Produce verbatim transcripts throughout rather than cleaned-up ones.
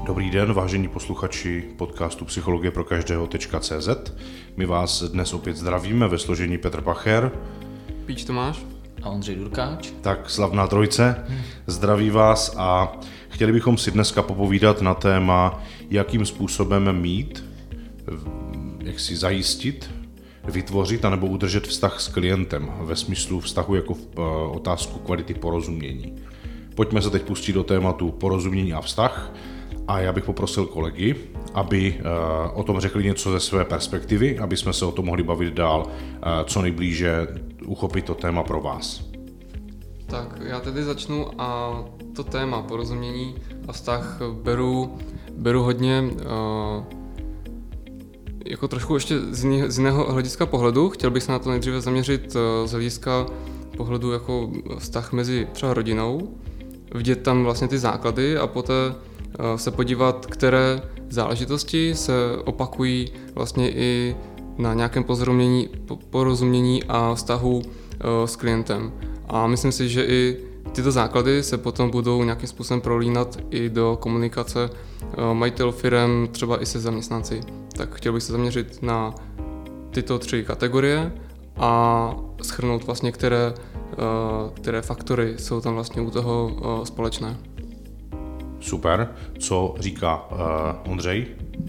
Dobrý den, vážení posluchači podcastu Psychologie pro každého tečka cé zet. My vás dnes opět zdravíme ve složení Petr Pacher, Píč Tomáš a Ondřej Durkáč. Tak slavná trojice, zdraví vás a chtěli bychom si dneska popovídat na téma, jakým způsobem mít, jak si zajistit, vytvořit anebo udržet vztah s klientem ve smyslu vztahu jako v, uh, otázku kvality porozumění. Pojďme se teď pustit do tématu porozumění a vztah a já bych poprosil kolegy, aby uh, o tom řekli něco ze své perspektivy, aby jsme se o tom mohli bavit dál, uh, co nejblíže uchopit to téma pro vás. Tak já tedy začnu a to téma porozumění a vztah beru, beru hodně uh, jako trošku ještě z, jiný, z jiného hlediska pohledu. Chtěl bych se na to nejdříve zaměřit uh, z hlediska pohledu jako vztah mezi třeba rodinou, vidět tam vlastně ty základy a poté uh, se podívat, které záležitosti se opakují vlastně i na nějakém porozumění, porozumění a vztahu uh, s klientem. A myslím si, že i tyto základy se potom budou nějakým způsobem prolínat i do komunikace uh, majitelů firem, třeba i se zaměstnanci. Tak chtěl bych se zaměřit na tyto tři kategorie a shrnout vlastně, které, uh, které faktory jsou tam vlastně u toho uh, společné. Super. Co říká uh, Ondřej?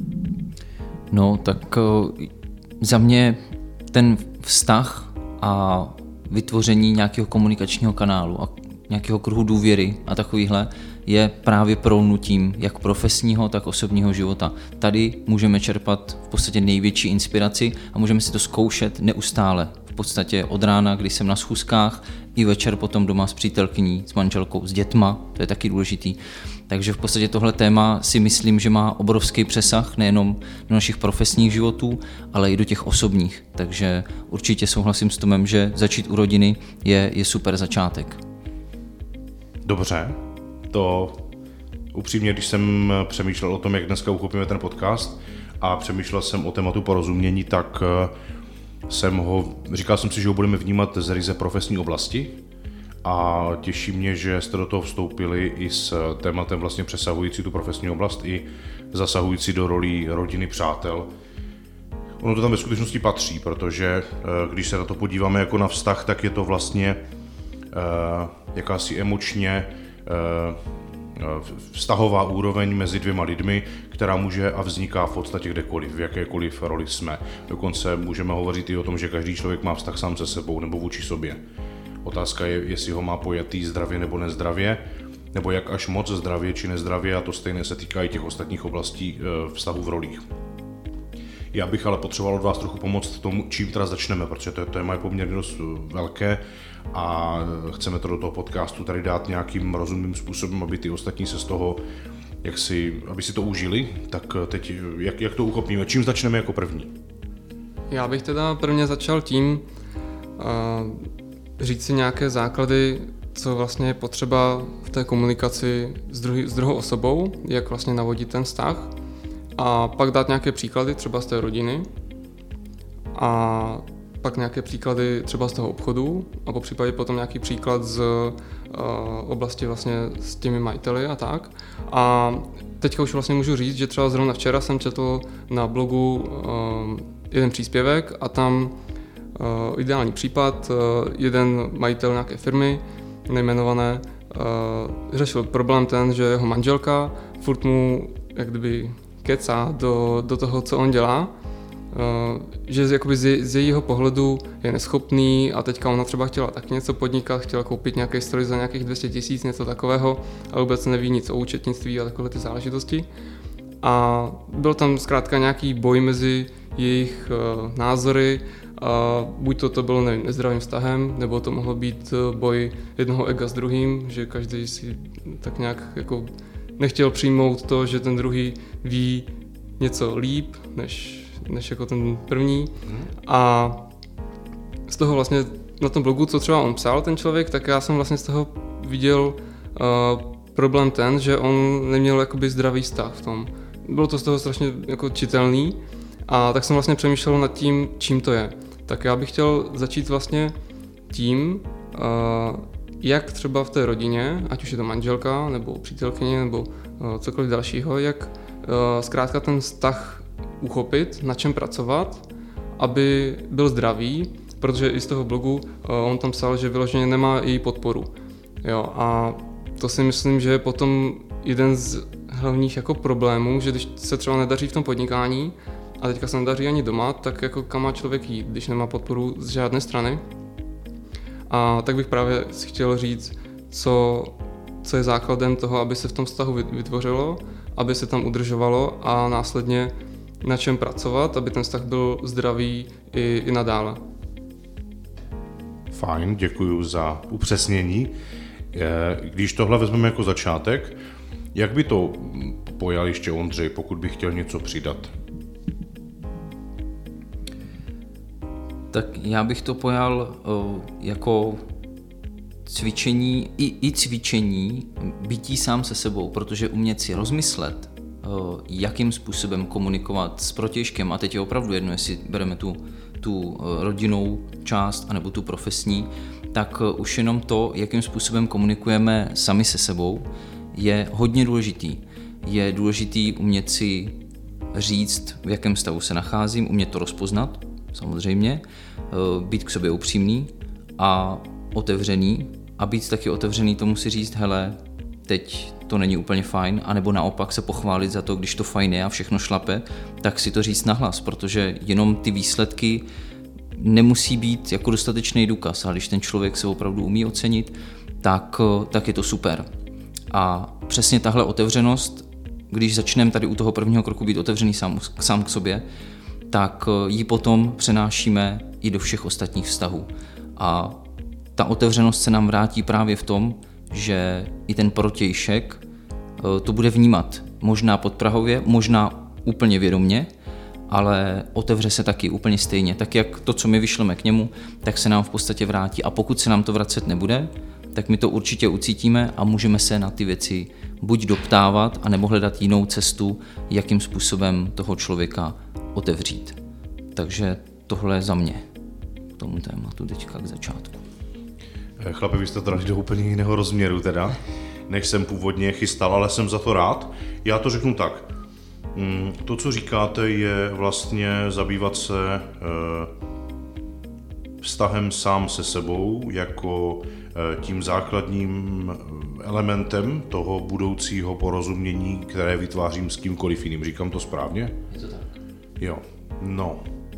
No, tak uh, za mě ten vztah a vytvoření nějakého komunikačního kanálu a nějakého kruhu důvěry a takovýhle je právě prolnutím jak profesního, tak osobního života. Tady můžeme čerpat v podstatě největší inspiraci a můžeme si to zkoušet neustále. V podstatě od rána, když jsem na schůzkách, i večer potom doma s přítelkyní, s manželkou, s dětma, to je taky důležitý. Takže v podstatě tohle téma si myslím, že má obrovský přesah nejenom do našich profesních životů, ale i do těch osobních. Takže určitě souhlasím s Tomem, že začít u rodiny je, je super začátek. Dobře, to upřímně, když jsem přemýšlel o tom, jak dneska uchopíme ten podcast a přemýšlel jsem o tématu porozumění, tak jsem ho, říkal jsem si, že ho budeme vnímat z ryze profesní oblasti a těší mě, že jste do toho vstoupili i s tématem vlastně přesahující tu profesní oblast i zasahující do rolí rodiny, přátel. Ono to tam ve skutečnosti patří, protože když se na to podíváme jako na vztah, tak je to vlastně uh, jakási emočně uh, vztahová úroveň mezi dvěma lidmi, která může a vzniká v podstatě kdekoliv, v jakékoliv roli jsme. Dokonce můžeme hovořit i o tom, že každý člověk má vztah sám se sebou nebo vůči sobě. Otázka je, jestli ho má pojatý zdravě nebo nezdravě, nebo jak až moc zdravě či nezdravě, a to stejné se týká i těch ostatních oblastí vztahu v rolích. Já bych ale potřeboval od vás trochu pomoct tomu, čím teda začneme, protože to téma je poměrně dost velké a chceme to do toho podcastu tady dát nějakým rozumným způsobem, aby ty ostatní se z toho, jak si, aby si to užili. Tak teď, jak, jak to uchopíme, čím začneme jako první? Já bych teda prvně začal tím, uh, říct si nějaké základy, co vlastně je potřeba v té komunikaci s, druhý, s druhou osobou, jak vlastně navodit ten vztah. A pak dát nějaké příklady třeba z té rodiny a pak nějaké příklady třeba z toho obchodu a po případě potom nějaký příklad z uh, oblasti vlastně s těmi majiteli a tak. A teďka už vlastně můžu říct, že třeba zrovna včera jsem četl na blogu uh, jeden příspěvek a tam uh, ideální případ, uh, jeden majitel nějaké firmy nejmenované uh, řešil problém ten, že jeho manželka furt mu jak kdyby kecá do, do toho, co on dělá, uh, že jakoby z, z jejího pohledu je neschopný a teďka ona třeba chtěla taky něco podnikat, chtěla koupit nějaký stroj za nějakých dvě stě tisíc, něco takového, ale vůbec neví nic o účetnictví a takové ty záležitosti. A byl tam zkrátka nějaký boj mezi jejich uh, názory, a buď to, to bylo nevím, nezdravým vztahem, nebo to mohlo být boj jednoho ega s druhým, že každý si tak nějak jako nechtěl přijmout to, že ten druhý ví něco líp, než, než jako ten první. A z toho vlastně na tom blogu, co třeba on psal, ten člověk, tak já jsem vlastně z toho viděl uh, problém ten, že on neměl jakoby zdravý vztah v tom. Bylo to z toho strašně jako čitelný a tak jsem vlastně přemýšlel nad tím, čím to je. Tak já bych chtěl začít vlastně tím, uh, jak třeba v té rodině, ať už je to manželka, nebo přítelkyně, nebo uh, cokoliv dalšího, jak uh, zkrátka ten vztah uchopit, na čem pracovat, aby byl zdravý, protože i z toho blogu uh, on tam psal, že vyloženě nemá její podporu. Jo, a to si myslím, že je potom jeden z hlavních jako problémů, že když se třeba nedaří v tom podnikání a teďka se nedaří ani doma, tak jako kam má člověk jít, když nemá podporu z žádné strany. A tak bych právě si chtěl říct, co, co je základem toho, aby se v tom vztahu vytvořilo, aby se tam udržovalo a následně na čem pracovat, aby ten vztah byl zdravý i, i nadále. Fajn, děkuji za upřesnění. Když tohle vezmeme jako začátek, jak by to pojal ještě Ondřej, pokud by chtěl něco přidat? Tak já bych to pojal uh, jako cvičení, i, i cvičení bytí sám se sebou, protože umět si rozmyslet, uh, jakým způsobem komunikovat s protějškem, a teď je opravdu jedno, jestli bereme tu, tu uh, rodinnou část anebo tu profesní, tak uh, už jenom to, jakým způsobem komunikujeme sami se sebou, je hodně důležitý. Je důležitý umět si říct, v jakém stavu se nacházím, umět to rozpoznat, samozřejmě, být k sobě upřímný a otevřený a být taky otevřený tomu si říct, hele, teď to není úplně fajn, anebo naopak se pochválit za to, když to fajn je a všechno šlape, tak si to říct nahlas, protože jenom ty výsledky nemusí být jako dostatečný důkaz, ale když ten člověk se opravdu umí ocenit, tak, tak je to super. A přesně tahle otevřenost, když začneme tady u toho prvního kroku být otevřený sám, sám k sobě, tak ji potom přenášíme i do všech ostatních vztahů. A ta otevřenost se nám vrátí právě v tom, že i ten protějšek to bude vnímat. Možná podprahově, možná úplně vědomně, ale otevře se taky úplně stejně. Tak jak to, co my vyšleme k němu, tak se nám v podstatě vrátí. A pokud se nám to vracet nebude, tak my to určitě ucítíme a můžeme se na ty věci buď doptávat, anebo hledat jinou cestu, jakým způsobem toho člověka otevřít. Takže tohle je za mě k tomu tématu teďka k začátku. Chlapi, vy jste tady do úplně jiného rozměru teda, než jsem původně chystal, ale jsem za to rád. Já to řeknu tak. To, co říkáte, je vlastně zabývat se vztahem sám se sebou jako tím základním elementem toho budoucího porozumění, které vytvářím s kýmkoliv jiným. Říkám to správně? Je to tak. Jo, no.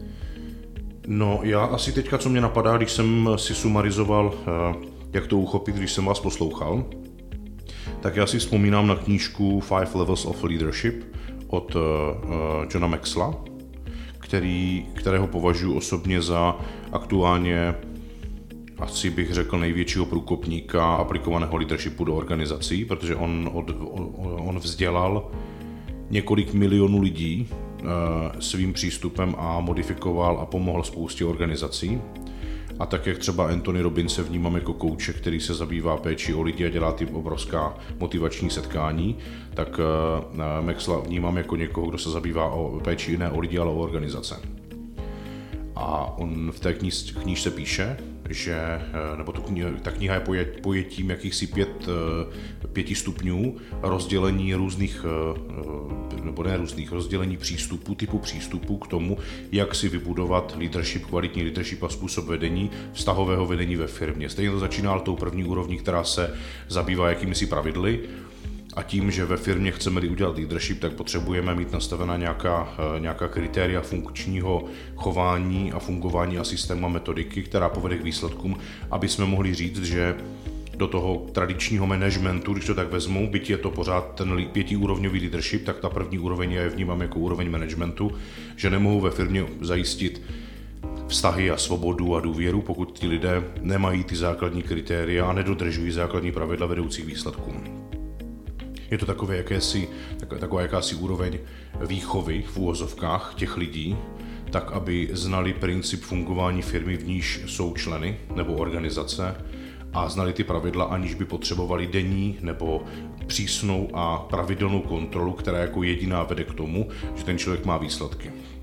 No, já asi teďka, co mě napadá, když jsem si sumarizoval, jak to uchopit, když jsem vás poslouchal, tak já si vzpomínám na knížku Five Levels of Leadership od Johna Maxwella, který, kterého považuji osobně za aktuálně, asi bych řekl, největšího průkopníka aplikovaného leadershipu do organizací, protože on, od, on vzdělal několik milionů lidí svým přístupem a modifikoval a pomohl spoustě organizací. A tak, jak třeba Anthony Robbins se vnímám jako kouče, který se zabývá péčí o lidi a dělá ty obrovská motivační setkání, tak Maxwella vnímám jako někoho, kdo se zabývá o péči ne o lidi, ale o organizace. A on v té kníž, knížce píše, že, nebo tu kniha, ta kniha je pojet, pojetím jakýchsi pět, pěti stupňů rozdělení různých, nebo ne různých, rozdělení přístupů, typu přístupů k tomu, jak si vybudovat leadership, kvalitní leadership a způsob vedení, vztahového vedení ve firmě. Stejně to začíná tou první úrovní, která se zabývá jakýmisi pravidly, a tím, že ve firmě chceme-li udělat leadership, tak potřebujeme mít nastavená nějaká, nějaká kritéria funkčního chování a fungování a systému a metodiky, která povede k výsledkům, aby jsme mohli říct, že do toho tradičního managementu, když to tak vezmu, byť je to pořád ten pětiúrovňový leadership, tak ta první úroveň já je vnímám jako úroveň managementu, že nemohou ve firmě zajistit vztahy a svobodu a důvěru, pokud ti lidé nemají ty základní kritéria a nedodržují základní pravidla vedoucích výsledkům. Je to takové jakési, taková jakási úroveň výchovy v úvozovkách těch lidí, tak aby znali princip fungování firmy, v níž jsou členy nebo organizace a znali ty pravidla, aniž by potřebovali denní nebo přísnou a pravidelnou kontrolu, která jako jediná vede k tomu, že ten člověk má výsledky.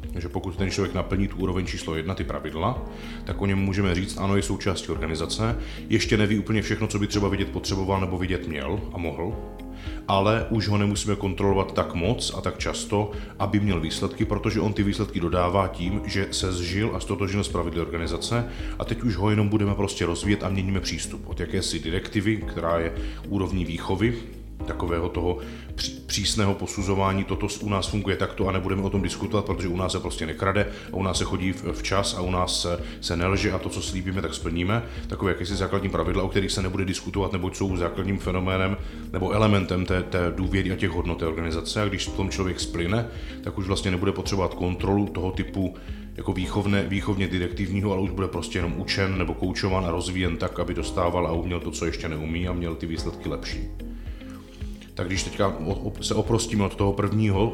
že pokud ten člověk naplní tu úroveň číslo jedna, ty pravidla, tak o něm můžeme říct, ano, je součástí organizace, ještě neví úplně všechno, co by třeba vidět potřeboval nebo vidět měl a mohl, ale už ho nemusíme kontrolovat tak moc a tak často, aby měl výsledky, protože on ty výsledky dodává tím, že se zžil a stotožnil s pravidly organizace a teď už ho jenom budeme prostě rozvíjet a měníme přístup od jakési direktivy, která je úrovní výchovy, takového toho přísného posuzování, toto u nás funguje takto a nebudeme o tom diskutovat, protože u nás se prostě nekrade a u nás se chodí včas a u nás se, se nelže a to, co slíbíme, tak splníme. Takové jakési základní pravidla, o kterých se nebude diskutovat, neboť jsou základním fenoménem nebo elementem té, té důvěry a těch hodnot té organizace a když v tom člověk splyne, tak už vlastně nebude potřebovat kontrolu toho typu jako výchovné, výchovně direktivního, ale už bude prostě jenom učen nebo koučovan a rozvíjen tak, aby dostával a uměl to, co ještě neumí a měl ty výsledky lepší. Tak když teďka se oprostíme od toho prvního,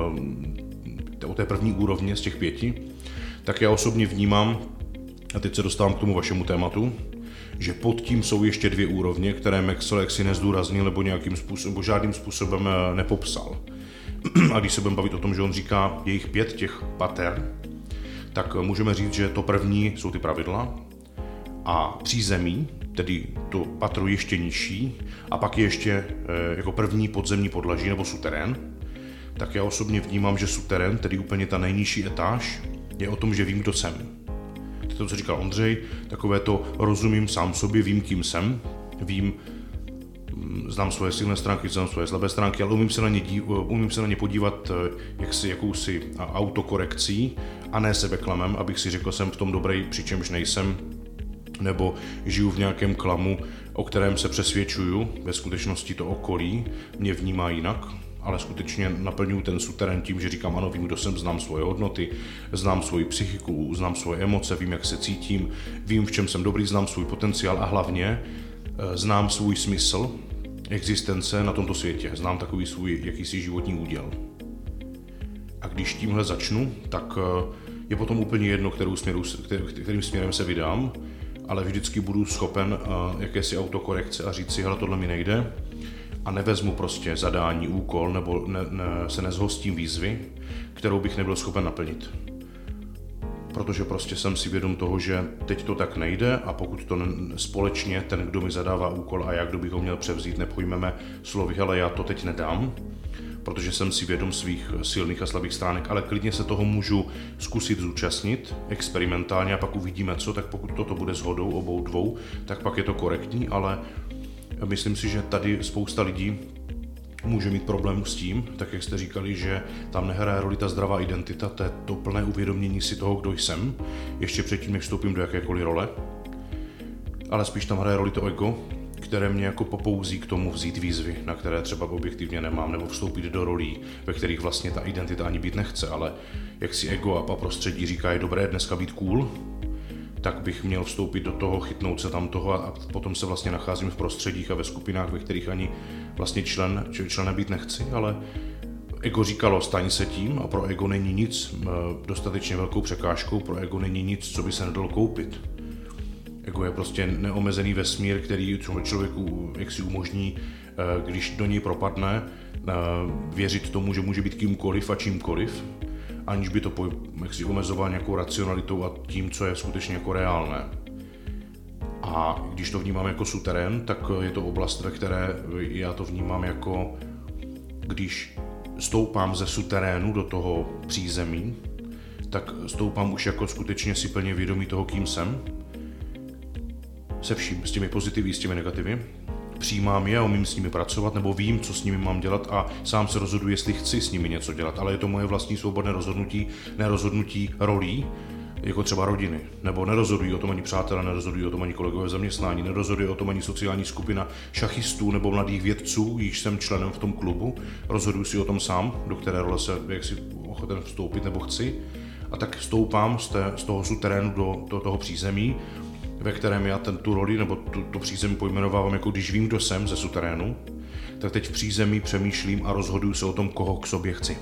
od té první úrovně z těch pěti, tak já osobně vnímám, a teď se dostávám k tomu vašemu tématu, že pod tím jsou ještě dvě úrovně, které Maxwell jaksi nezdůraznil nebo nějakým způsobem, nebo žádným způsobem nepopsal. A když se budeme bavit o tom, že on říká jejich pět těch pater, tak můžeme říct, že to první jsou ty pravidla a přízemí, tedy to patro ještě nižší, a pak je ještě e, jako první podzemní podlaží nebo suterén, tak já osobně vnímám, že suterén, tedy úplně ta nejnižší etáž, je o tom, že vím, kdo jsem. To je to, co říkal Ondřej, takové to rozumím sám sobě, vím, kým jsem, vím, znám svoje silné stránky, znám svoje slabé stránky, ale umím se na ně, dí, umím se na ně podívat jaksi, jakousi autokorekcí a ne sebeklamem, abych si řekl, jsem v tom dobrý, přičemž nejsem, nebo žiju v nějakém klamu, o kterém se přesvědčuju, ve skutečnosti to okolí mě vnímá jinak, ale skutečně naplňuji ten suterén tím, že říkám ano, vím, kdo jsem, znám svoje hodnoty, znám svoji psychiku, znám svoje emoce, vím, jak se cítím, vím, v čem jsem dobrý, znám svůj potenciál a hlavně znám svůj smysl existence na tomto světě, znám takový svůj jakýsi životní úděl. A když tímhle začnu, tak je potom úplně jedno, kterou směru, kterým směrem se vydám, ale vždycky budu schopen uh, jakési autokorekce a říct si, hele, tohle mi nejde a nevezmu prostě zadání, úkol nebo ne, ne, se nezhostím výzvy, kterou bych nebyl schopen naplnit. Protože prostě jsem si vědom toho, že teď to tak nejde a pokud to ne, společně ten, kdo mi zadává úkol a já, kdo bych ho měl převzít, nepojmeme slovy, hele, já to teď nedám, protože jsem si vědom svých silných a slabých stránek, ale klidně se toho můžu zkusit zúčastnit experimentálně a pak uvidíme co, tak pokud toto bude shodou obou dvou, tak pak je to korektní, ale myslím si, že tady spousta lidí může mít problém s tím, tak jak jste říkali, že tam nehraje roli ta zdravá identita, to je to plné uvědomění si toho, kdo jsem, ještě předtím, než vstoupím do jakékoliv role, ale spíš tam hraje roli to ego, které mě jako popouzí k tomu vzít výzvy, na které třeba objektivně nemám, nebo vstoupit do rolí, ve kterých vlastně ta identita ani být nechce, ale jak si ego a prostředí říká, je dobré dneska být cool, tak bych měl vstoupit do toho, chytnout se tam toho a potom se vlastně nacházím v prostředích a ve skupinách, ve kterých ani vlastně člen, členem být nechci, ale ego říkalo, staň se tím a pro ego není nic dostatečně velkou překážkou, pro ego není nic, co by se nedalo koupit. Ego je prostě neomezený vesmír, který člověku jaksi umožní, když do něj propadne, věřit tomu, že může být kýmkoliv a čímkoliv, aniž by to jaksi omezoval nějakou racionalitou a tím, co je skutečně jako reálné. A když to vnímám jako suterén, tak je to oblast, ve které já to vnímám jako, když stoupám ze suterénu do toho přízemí, tak stoupám už jako skutečně si plně vědomí toho, kým jsem, se vším, s těmi pozitivy, s těmi negativy, přijímám je a umím s nimi pracovat, nebo vím, co s nimi mám dělat a sám se rozhoduji, jestli chci s nimi něco dělat, ale je to moje vlastní svobodné rozhodnutí, nerozhodnutí rolí, jako třeba rodiny, nebo nerozhodují o tom ani přátelé, nerozhodují o tom ani kolegové v zaměstnání, nerozhoduje o tom ani sociální skupina šachistů nebo mladých vědců, již jsem členem v tom klubu, rozhoduji si o tom sám, do které role se jak si ochoten vstoupit nebo chci, a tak stoupám z, té, z toho suterénu do, do toho přízemí, ve kterém já ten, tu roli nebo tu, tu přízemí pojmenovávám jako když vím, kdo jsem ze suterénu, tak teď v přízemí přemýšlím a rozhoduju se o tom, koho k sobě chci.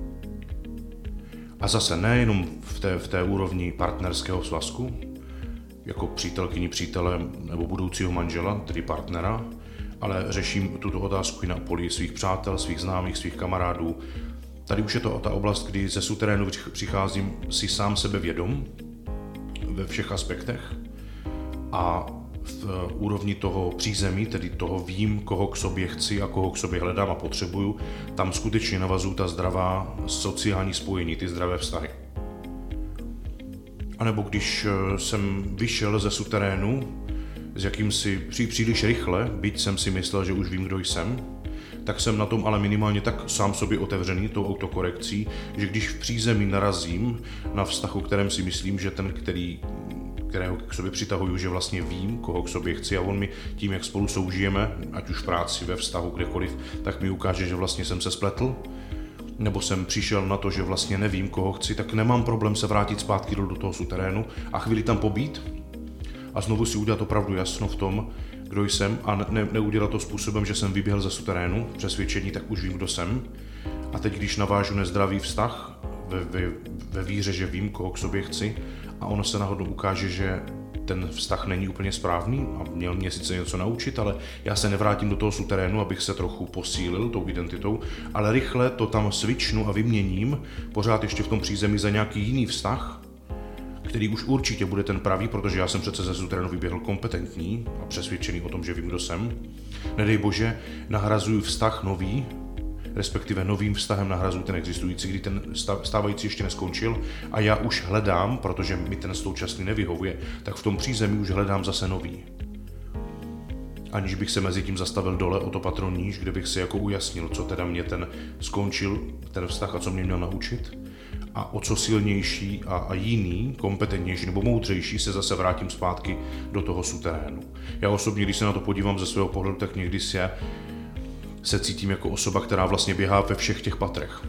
A zase nejenom v té, v té úrovni partnerského svazku, jako přítelkyni, přítele nebo budoucího manžela, tedy partnera, ale řeším tuto otázku i na poli svých přátel, svých známých, svých kamarádů, tady už je to ta oblast, kdy ze suterénu přicházím si sám sebe vědom ve všech aspektech a v úrovni toho přízemí, tedy toho vím, koho k sobě chci a koho k sobě hledám a potřebuju, tam skutečně navazují ta zdravá sociální spojení, ty zdravé vztahy. A nebo když jsem vyšel ze suterénu s jakýmsi příliš rychle, byť jsem si myslel, že už vím, kdo jsem, tak jsem na tom ale minimálně tak sám sobě otevřený tou autokorekcí, že když v přízemí narazím na vztah, o kterém si myslím, že ten, který, kterého k sobě přitahuju, že vlastně vím, koho k sobě chci a on mi tím, jak spolu soužijeme, ať už v práci, ve vztahu, kdekoliv, tak mi ukáže, že vlastně jsem se spletl, nebo jsem přišel na to, že vlastně nevím, koho chci, tak nemám problém se vrátit zpátky do toho suterénu a chvíli tam pobít a znovu si udělat opravdu jasno v tom, kdo jsem a ne, neudělat to způsobem, že jsem vyběhl ze suterénu, přesvědčení, tak už vím, kdo jsem. A teď, když navážu nezdravý vztah ve, ve, ve víře, že vím, koho k sobě chci a ono se náhodou ukáže, že ten vztah není úplně správný a měl mě sice něco naučit, ale já se nevrátím do toho suterénu, abych se trochu posílil tou identitou, ale rychle to tam switchnu a vyměním pořád ještě v tom přízemí za nějaký jiný vztah, který už určitě bude ten pravý, protože já jsem přece ze suterénu vyběhl kompetentní a přesvědčený o tom, že vím, kdo jsem. Nedej bože, nahrazuju vztah nový, respektive novým vztahem nahrazuju ten existující, kdy ten stávající ještě neskončil a já už hledám, protože mi ten současný nevyhovuje, tak v tom přízemí už hledám zase nový. Aniž bych se mezi tím zastavil dole o to patro níž, kde bych si jako ujasnil, co teda mě ten skončil, ten vztah a co mě měl naučit. A o co silnější a, a jiný, kompetentnější nebo moudřejší se zase vrátím zpátky do toho suterénu. Já osobně, když se na to podívám ze svého pohledu, tak někdy se, se cítím jako osoba, která vlastně běhá ve všech těch patrech.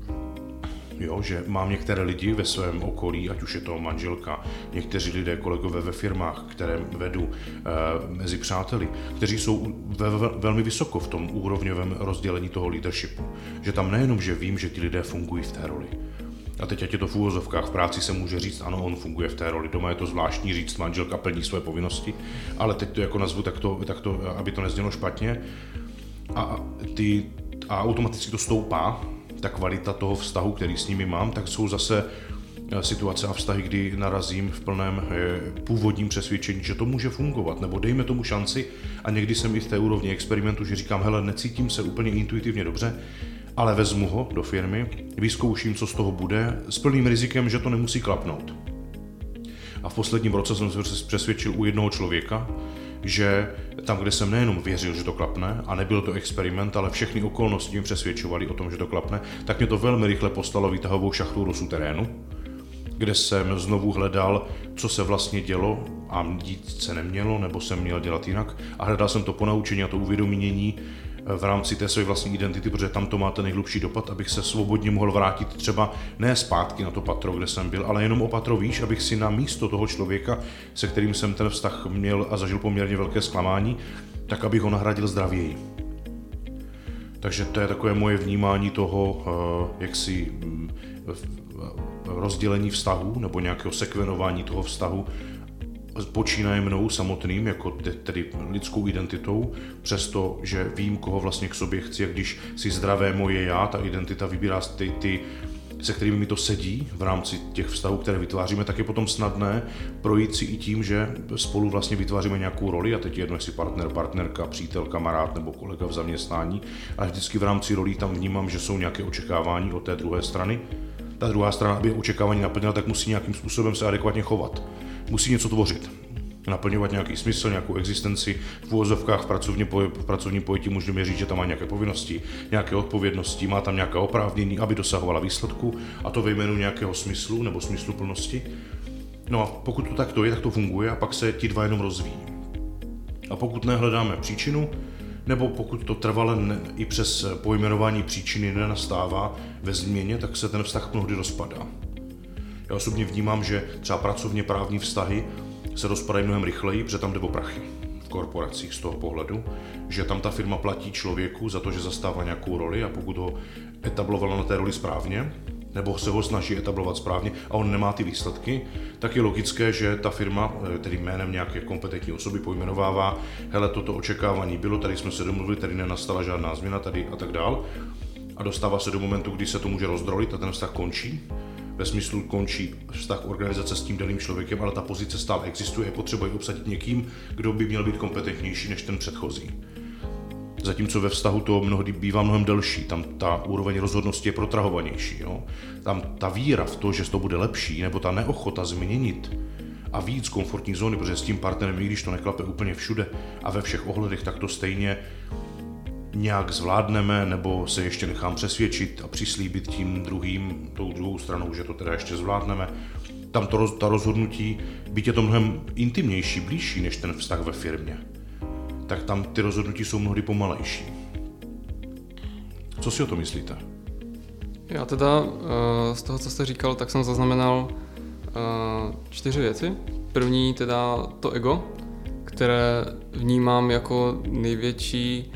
Jo, že mám některé lidi ve svém okolí, ať už je to manželka, někteří lidé, kolegové ve firmách, které vedu e, mezi přáteli, kteří jsou ve, ve, velmi vysoko v tom úrovňovém rozdělení toho leadershipu. Že tam nejenom, že vím, že ti lidé fungují v té roli. A teď ať je to v úvozovkách, v práci se může říct, ano, on funguje v té roli, doma je to zvláštní říct, manželka plní své povinnosti, ale teď to jako nazvu takto, takto aby to neznělo špatně. A, ty, a automaticky to stoupá, ta kvalita toho vztahu, který s nimi mám, tak jsou zase situace a vztahy, kdy narazím v plném původním přesvědčení, že to může fungovat, nebo dejme tomu šanci a někdy jsem i v té úrovni experimentu, že říkám, hele, necítím se úplně intuitivně dobře, ale vezmu ho do firmy, vyzkouším, co z toho bude, s plným rizikem, že to nemusí klapnout. A v posledním roce jsem se přesvědčil u jednoho člověka, že tam, kde jsem nejenom věřil, že to klapne, a nebyl to experiment, ale všechny okolnosti mi přesvědčovaly o tom, že to klapne, tak mě to velmi rychle poslalo výtahovou šachtou do suterénu, kde jsem znovu hledal, co se vlastně dělo a dít se nemělo, nebo jsem měl dělat jinak. A hledal jsem to ponaučení a to uvědomění v rámci té své vlastní identity, protože tam to má ten nejhlubší dopad, abych se svobodně mohl vrátit třeba ne zpátky na to patro, kde jsem byl, ale jenom o patro výš, abych si na místo toho člověka, se kterým jsem ten vztah měl a zažil poměrně velké zklamání, tak abych ho nahradil zdravěji. Takže to je takové moje vnímání toho, jaksi rozdělení vztahu nebo nějakého sekvenování toho vztahu počínaje mnou samotným, jako tedy lidskou identitou, přesto, že vím, koho vlastně k sobě chci, a když si zdravé moje já, ta identita vybírá ty, ty, se kterými mi to sedí v rámci těch vztahů, které vytváříme, tak je potom snadné projít si i tím, že spolu vlastně vytváříme nějakou roli, a teď jedno, jestli partner, partnerka, přítel, kamarád nebo kolega v zaměstnání, ale vždycky v rámci rolí tam vnímám, že jsou nějaké očekávání od té druhé strany. Ta druhá strana, aby očekávání naplnila, tak musí nějakým způsobem se adekvátně chovat. Musí něco tvořit, naplňovat nějaký smysl, nějakou existenci. V uvozovkách v, pracovní poj- v pracovním pojetí můžeme říct, že tam má nějaké povinnosti, nějaké odpovědnosti, má tam nějaké oprávnění, aby dosahovala výsledku, a to ve jménu nějakého smyslu nebo smysluplnosti. No a pokud to takto je, tak to funguje a pak se ti dva jenom rozvíjí. A pokud nehledáme příčinu, nebo pokud to trvale ne, i přes pojmenování příčiny nenastává ve změně, tak se ten vztah mnohdy rozpadá. Já osobně vnímám, že třeba pracovně právní vztahy se rozpadají mnohem rychleji, protože tam jde o prachy v korporacích z toho pohledu, že tam ta firma platí člověku za to, že zastává nějakou roli, a pokud ho etablovala na té roli správně, nebo se ho snaží etablovat správně a on nemá ty výsledky, tak je logické, že ta firma, tedy jménem nějaké kompetentní osoby, pojmenovává, hele, toto očekávání bylo, tady jsme se domluvili, tady nenastala žádná změna, tady a tak dál. a dostává se do momentu, kdy se to může rozdrolit a ten vztah končí. Ve smyslu končí vztah organizace s tím daným člověkem, ale ta pozice stále existuje, je potřeba ji obsadit někým, kdo by měl být kompetentnější než ten předchozí. Zatímco ve vztahu to mnohdy bývá mnohem delší, tam ta úroveň rozhodnosti je protrahovanější. Jo? Tam ta víra v to, že to bude lepší, nebo ta neochota změnit a víc komfortní zóny, protože s tím partnerem, i když to neklape úplně všude a ve všech ohledech, tak to stejně nějak zvládneme, nebo se ještě nechám přesvědčit a přislíbit tím druhým, tou druhou stranou, že to teda ještě zvládneme. Tam to, ta rozhodnutí, byť je to mnohem intimnější, blížší než ten vztah ve firmě, tak tam ty rozhodnutí jsou mnohdy pomalejší. Co si o to myslíte? Já teda z toho, co jste říkal, tak jsem zaznamenal čtyři věci. První teda to ego, které vnímám jako největší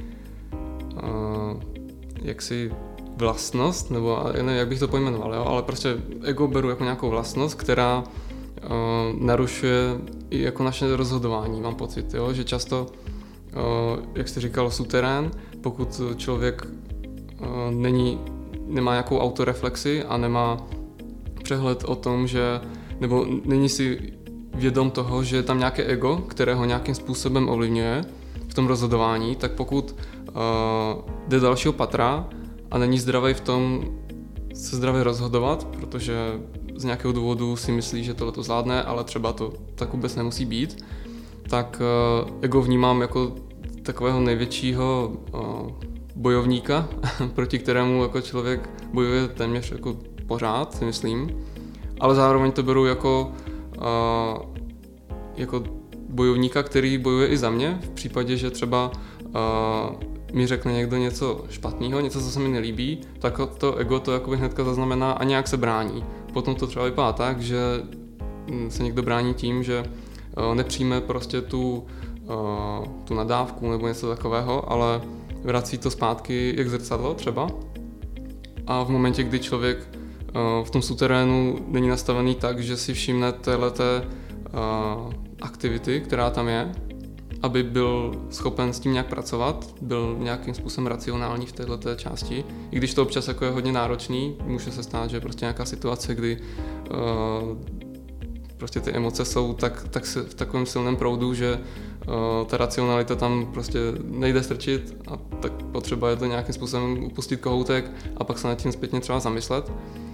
jaksi vlastnost, nebo ne, jak bych to pojmenoval, jo? Ale prostě ego beru jako nějakou vlastnost, která uh, narušuje i jako naše rozhodování, mám pocit, jo? Že často, uh, jak jste říkal, suterén, pokud člověk uh, není, nemá nějakou autoreflexi a nemá přehled o tom, že, nebo není si vědom toho, že je tam nějaké ego, které ho nějakým způsobem ovlivňuje v tom rozhodování, tak pokud uh, jde dalšího patra a není zdravý v tom se zdravě rozhodovat, protože z nějakého důvodu si myslí, že tohle to zvládne, ale třeba to tak vůbec nemusí být, tak uh, ego vnímám jako takového největšího uh, bojovníka, proti kterému jako člověk bojuje téměř jako pořád, si myslím, ale zároveň to beru jako, uh, jako bojovníka, který bojuje i za mě, v případě, že třeba uh, mi řekne někdo něco špatného, něco, co se mi nelíbí, tak to ego to jakoby hnedka zaznamená a nějak se brání. Potom to třeba vypadá tak, že se někdo brání tím, že uh, nepřijme prostě tu, uh, tu nadávku nebo něco takového, ale vrací to zpátky jak zrcadlo třeba. A v momentě, kdy člověk uh, v tom suterénu není nastavený tak, že si všimne téhleté uh, aktivity, která tam je, aby byl schopen s tím nějak pracovat, byl nějakým způsobem racionální v této části. I když to občas jako je hodně náročný, může se stát, že je prostě nějaká situace, kdy uh, prostě ty emoce jsou tak, tak v takovém silném proudu, že uh, ta racionalita tam prostě nejde strčit a tak potřeba je to nějakým způsobem upustit kohoutek a pak se nad tím zpětně třeba zamyslet.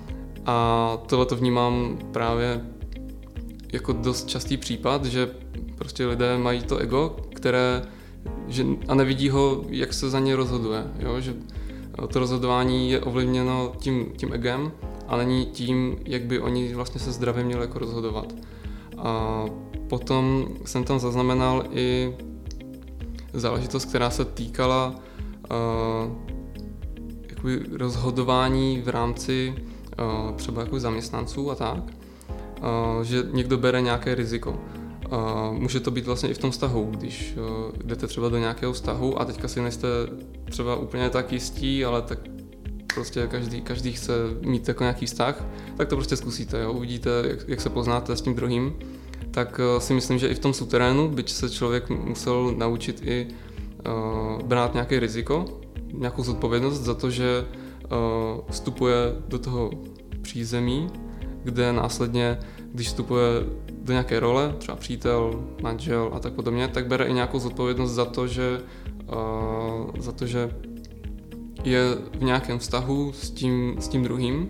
A tohle to vnímám právě jako dost častý případ, že prostě lidé mají to ego, které že, a nevidí ho, jak se za ně rozhoduje. Jo? Že to rozhodování je ovlivněno tím, tím egem a není tím, jak by oni vlastně se zdravě měli jako rozhodovat. A potom jsem tam zaznamenal i záležitost, která se týkala uh, jakoby rozhodování v rámci uh, třeba jako zaměstnanců a tak. Uh, že někdo bere nějaké riziko. Uh, může to být vlastně i v tom vztahu, když uh, jdete třeba do nějakého vztahu a teďka si nejste třeba úplně tak jistí, ale tak prostě každý, každý chce mít jako nějaký vztah, tak to prostě zkusíte, jo? Uvidíte, jak, jak se poznáte s tím druhým. Tak uh, si myslím, že i v tom suterénu, byť se člověk musel naučit i uh, brát nějaké riziko, nějakou zodpovědnost za to, že uh, vstupuje do toho přízemí, kde následně, když vstupuje do nějaké role, třeba přítel, manžel a tak podobně, tak bere i nějakou zodpovědnost za to, že, uh, za to, že je v nějakém vztahu s tím, s tím druhým.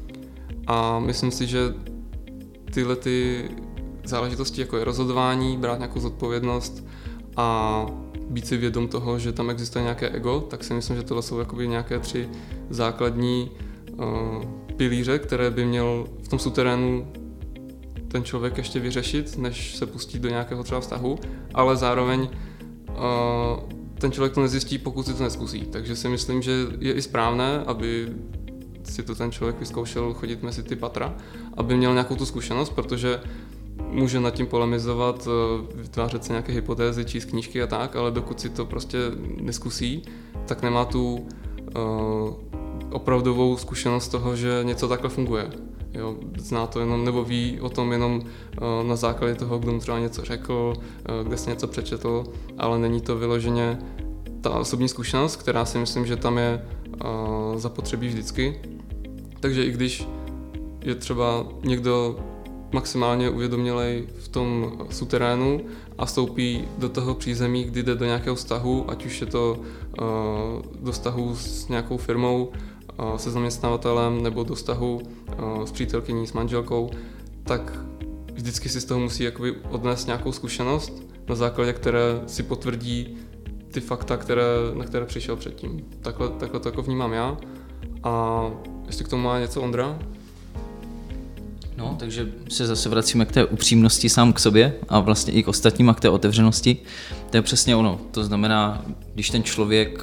A myslím si, že tyhle ty záležitosti, jako je rozhodování, brát nějakou zodpovědnost a být si vědom toho, že tam existuje nějaké ego, tak si myslím, že tohle jsou jakoby nějaké tři základní uh, pilíře, které by měl v tom suterénu ten člověk ještě vyřešit, než se pustí do nějakého třeba vztahu, ale zároveň uh, ten člověk to nezjistí, pokud si to nezkusí. Takže si myslím, že je i správné, aby si to ten člověk vyzkoušel chodit mezi ty patra, aby měl nějakou tu zkušenost, protože může nad tím polemizovat, vytvářet si nějaké hypotézy, číst knížky a tak, ale dokud si to prostě neskusí, tak nemá tu uh, opravdovou zkušenost toho, že něco takhle funguje. Jo, zná to jenom, nebo ví o tom jenom uh, na základě toho, kdo mu třeba něco řekl, uh, kde se něco přečetl, ale není to vyloženě ta osobní zkušenost, která si myslím, že tam je uh, zapotřebí vždycky. Takže i když je třeba někdo maximálně uvědomělej v tom suterénu a vstoupí do toho přízemí, kdy jde do nějakého vztahu, ať už je to uh, do vztahu s nějakou firmou, uh, se zaměstnavatelem nebo do vztahu uh, s přítelkyní, s manželkou, tak vždycky si z toho musí jakoby odnést nějakou zkušenost, na základě které si potvrdí ty fakta, které, na které přišel předtím. Takhle, takhle to jako vnímám já. A jestli k tomu má něco Ondra? No, takže se zase vracíme k té upřímnosti sám k sobě a vlastně i k ostatním a k té otevřenosti. To je přesně ono. To znamená, když ten člověk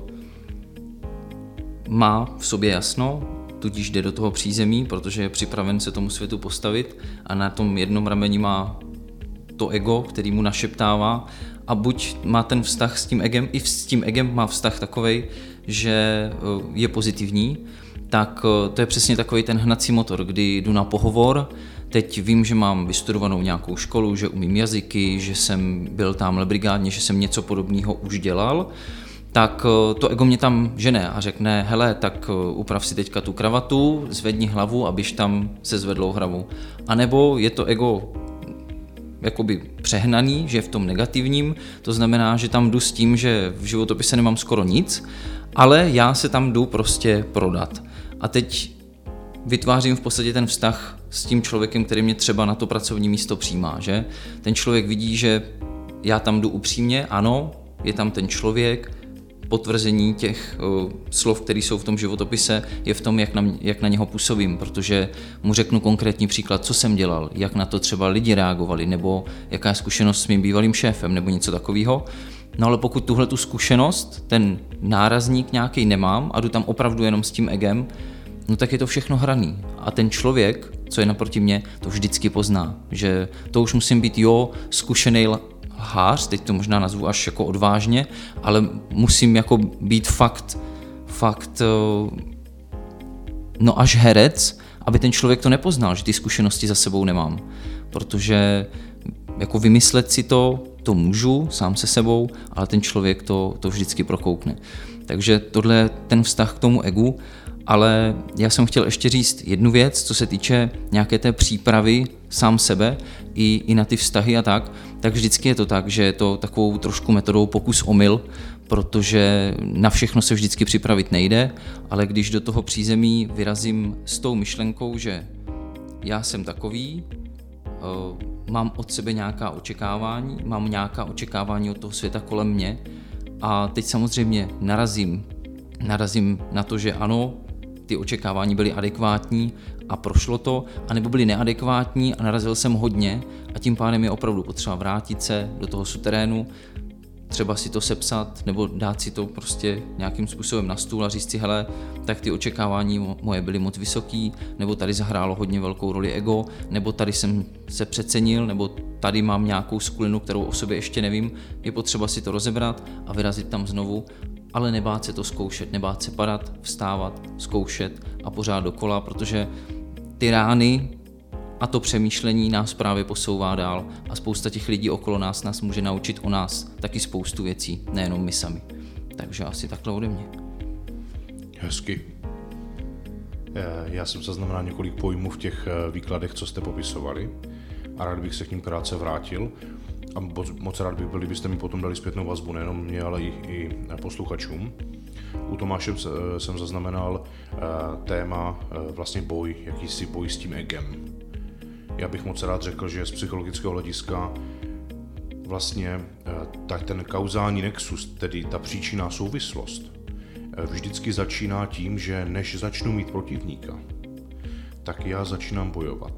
má v sobě jasno, tudíž jde do toho přízemí, protože je připraven se tomu světu postavit a na tom jednom rameni má to ego, který mu našeptává a buď má ten vztah s tím egem, i s tím egem má vztah takovej, že je pozitivní, tak to je přesně takový ten hnací motor, kdy jdu na pohovor, teď vím, že mám vystudovanou nějakou školu, že umím jazyky, že jsem byl tamhle brigádně, že jsem něco podobného už dělal, tak to ego mě tam žene a řekne, hele, tak uprav si teďka tu kravatu, zvedni hlavu a běž tam se zvedlou hlavou. A nebo je to ego jakoby přehnaný, že je v tom negativním, to znamená, že tam jdu s tím, že v životopise nemám skoro nic, ale já se tam jdu prostě prodat. A teď vytvářím v podstatě ten vztah s tím člověkem, který mě třeba na to pracovní místo přijímá, že? Ten člověk vidí, že já tam jdu upřímně, ano, je tam ten člověk, potvrzení těch uh, slov, které jsou v tom životopise, je v tom, jak na, jak na něho působím, protože mu řeknu konkrétní příklad, co jsem dělal, jak na to třeba lidi reagovali, nebo jaká je zkušenost s mým bývalým šéfem, nebo něco takového. No ale pokud tuhle tu zkušenost, ten nárazník nějaký nemám a jdu tam opravdu jenom s tím egem, no tak je to všechno hraný. A ten člověk, co je naproti mě, to vždycky pozná, že to už musím být jo, zkušený lhář, teď to možná nazvu až jako odvážně, ale musím jako být fakt, fakt, no až herec, aby ten člověk to nepoznal, že ty zkušenosti za sebou nemám. Protože jako vymyslet si to, to můžu sám se sebou, ale ten člověk to, to vždycky prokoukne. Takže tohle je ten vztah k tomu egu, ale já jsem chtěl ještě říct jednu věc, co se týče nějaké té přípravy sám sebe i, i na ty vztahy a tak, tak vždycky je to tak, že je to takovou trošku metodou pokus omyl, protože na všechno se vždycky připravit nejde, ale když do toho přízemí vyrazím s tou myšlenkou, že já jsem takový, mám od sebe nějaká očekávání, mám nějaká očekávání od toho světa kolem mě a teď samozřejmě narazím, narazím na to, že ano, ty očekávání byly adekvátní a prošlo to, anebo byly neadekvátní a narazil jsem hodně a tím pádem je opravdu potřeba vrátit se do toho suterénu, třeba si to sepsat nebo dát si to prostě nějakým způsobem na stůl a říct si, hele, tak ty očekávání moje byly moc vysoký, nebo tady zahrálo hodně velkou roli ego, nebo tady jsem se přecenil, nebo tady mám nějakou skulinu, kterou o sobě ještě nevím, je potřeba si to rozebrat a vyrazit tam znovu, ale nebát se to zkoušet, nebát se padat, vstávat, zkoušet a pořád dokola, protože ty rány a to přemýšlení nás právě posouvá dál a spousta těch lidí okolo nás nás může naučit o nás taky spoustu věcí, nejenom my sami. Takže asi takhle ode mě. Hezky. Já jsem zaznamenal několik pojmů v těch výkladech, co jste popisovali a rád bych se k ním krátce vrátil a moc rád bych byl, kdybyste mi potom dali zpětnou vazbu, nejenom mě, ale i, i posluchačům. U Tomáše jsem zaznamenal téma vlastně boj, jakýsi boj s tím egem. Já bych moc rád řekl, že z psychologického hlediska vlastně tak ten kauzální nexus, tedy ta příčinná souvislost, vždycky začíná tím, že než začnu mít protivníka, tak já začínám bojovat.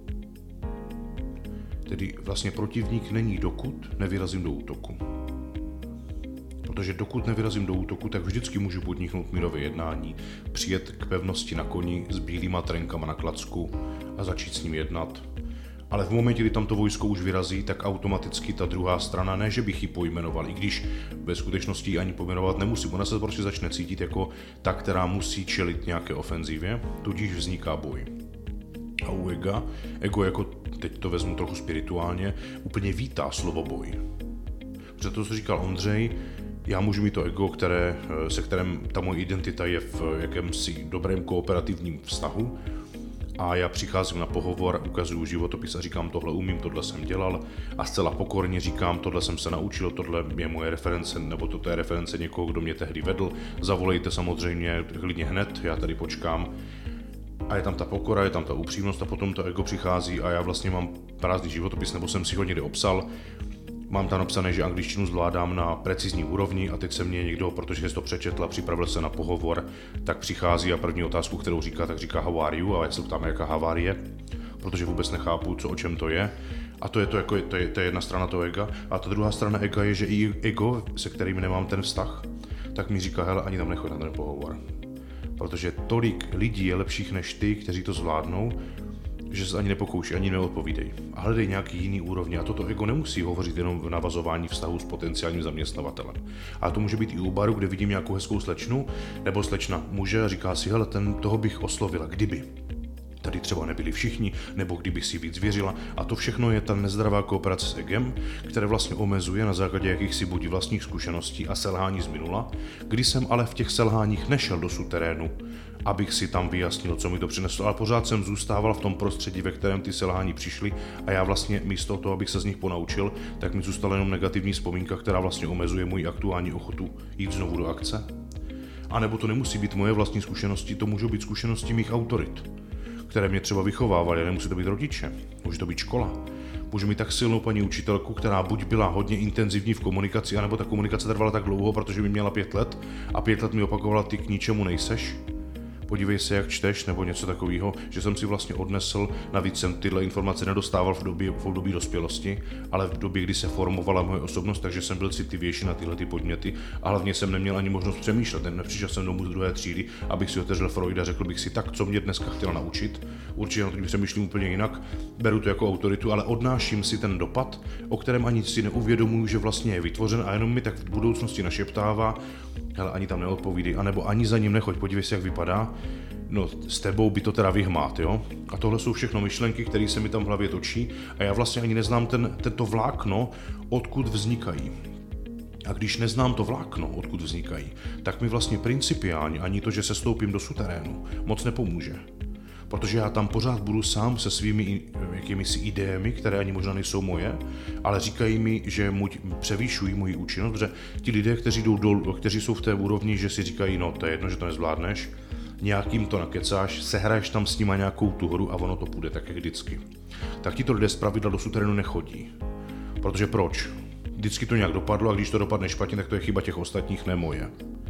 Tedy vlastně protivník není, dokud nevyrazím do útoku. Protože dokud nevyrazím do útoku, tak vždycky můžu podniknout mírové jednání, přijet k pevnosti na koni s bílýma trenkama na klacku a začít s ním jednat. Ale v momentě, kdy tam to vojsko už vyrazí, tak automaticky ta druhá strana, ne že bych ji pojmenoval, i když ve skutečnosti ji ani pojmenovat nemusím. Ona se prostě začne cítit jako ta, která musí čelit nějaké ofenzivě, tudíž vzniká boj. A u ega, ego jako, teď to vezmu trochu spirituálně, úplně vítá slovo boj. Protože to, co říkal Ondřej, já můžu mít to ego, které, se kterým ta moje identita je v jakémsi dobrém kooperativním vztahu a já přicházím na pohovor, ukazuju životopis a říkám, tohle umím, tohle jsem dělal a zcela pokorně říkám, tohle jsem se naučil, tohle je moje reference, nebo toto je reference někoho, kdo mě tehdy vedl, zavolejte samozřejmě klidně hned, já tady počkám. A je tam ta pokora, je tam ta upřímnost a potom to ego přichází a já vlastně mám prázdný životopis, nebo jsem si ho někde obsal. Mám tam napsané, že angličtinu zvládám na precizní úrovni a teď se mě někdo, protože jsi to přečetl a připravil se na pohovor, tak přichází a první otázku, kterou říká, tak říká how are you a já se ptám, jaká havárie, protože vůbec nechápu, co, o čem to je. A to je, to, jako, to, je, to je jedna strana toho ega. A ta druhá strana ega je, že i ego, se kterým nemám ten vztah, tak mi říká, hele, ani tam nechoď na ten pohovor. Protože tolik lidí je lepších než ty, kteří to zvládnou, že se ani nepokouší, ani neodpovídej. A hledej nějaký jiný úrovně. A toto ego nemusí hovořit jenom v navazování vztahu s potenciálním zaměstnavatelem. A to může být i u baru, kde vidím nějakou hezkou slečnu, nebo slečna muže a říká si, hele, ten, toho bych oslovila, kdyby. Tady třeba nebyli všichni, nebo kdyby si víc věřila. A to všechno je ta nezdravá kooperace s egem, které vlastně omezuje na základě jakýchsi buď vlastních zkušeností a selhání z minula, kdy jsem ale v těch selháních nešel do suterénu, abych si tam vyjasnil, co mi to přineslo, ale pořád jsem zůstával v tom prostředí, ve kterém ty selhání přišly a já vlastně místo toho, abych se z nich ponaučil, tak mi zůstala jenom negativní vzpomínka, která vlastně omezuje moji aktuální ochotu jít znovu do akce. A nebo to nemusí být moje vlastní zkušenosti, to můžou být zkušenosti mých autorit, které mě třeba vychovávaly, nemusí to být rodiče, může to být škola. Můžu mít tak silnou paní učitelku, která buď byla hodně intenzivní v komunikaci, anebo ta komunikace trvala tak dlouho, protože by měla pět let a pět let mi opakovala, ty k ničemu nejseš. Podívej se, jak čteš, nebo něco takového, že jsem si vlastně odnesl, navíc jsem tyhle informace nedostával v době, v období dospělosti, ale v době, kdy se formovala moje osobnost, takže jsem byl citlivější na tyhle ty podněty a hlavně jsem neměl ani možnost přemýšlet. Nepřišel jsem domů z druhé třídy, abych si otevřel Freuda a řekl bych si, tak co mě dneska chtěla naučit. Určitě na to přemýšlím úplně jinak, beru to jako autoritu, ale odnáším si ten dopad, o kterém ani si neuvědomuji, že vlastně je vytvořen a jenom mi tak v budoucnosti našeptává, hele, ani tam neodpovídej, anebo ani za ním nechoď, podívej se, jak vypadá. No, s tebou by to teda vyhmát, jo? A tohle jsou všechno myšlenky, které se mi tam v hlavě točí a já vlastně ani neznám ten, tento vlákno, odkud vznikají. A když neznám to vlákno, odkud vznikají, tak mi vlastně principiálně ani to, že se stoupím do suterénu, moc nepomůže. Protože já tam pořád budu sám se svými jakýmisi idémi, které ani možná nejsou moje, ale říkají mi, že muď převýšují moji účinnost, protože ti lidé, kteří, jdou dolů, kteří jsou v té úrovni, že si říkají, no to je jedno, že to nezvládneš, nějakým to nakecáš, sehraješ tam s nima nějakou tu hru a ono to půjde tak, jak vždycky. Tak tito lidé zpravidla do suterénu nechodí. Protože proč? Vždycky to nějak dopadlo a když to dopadne špatně, tak to je chyba těch ostatních, ne moje.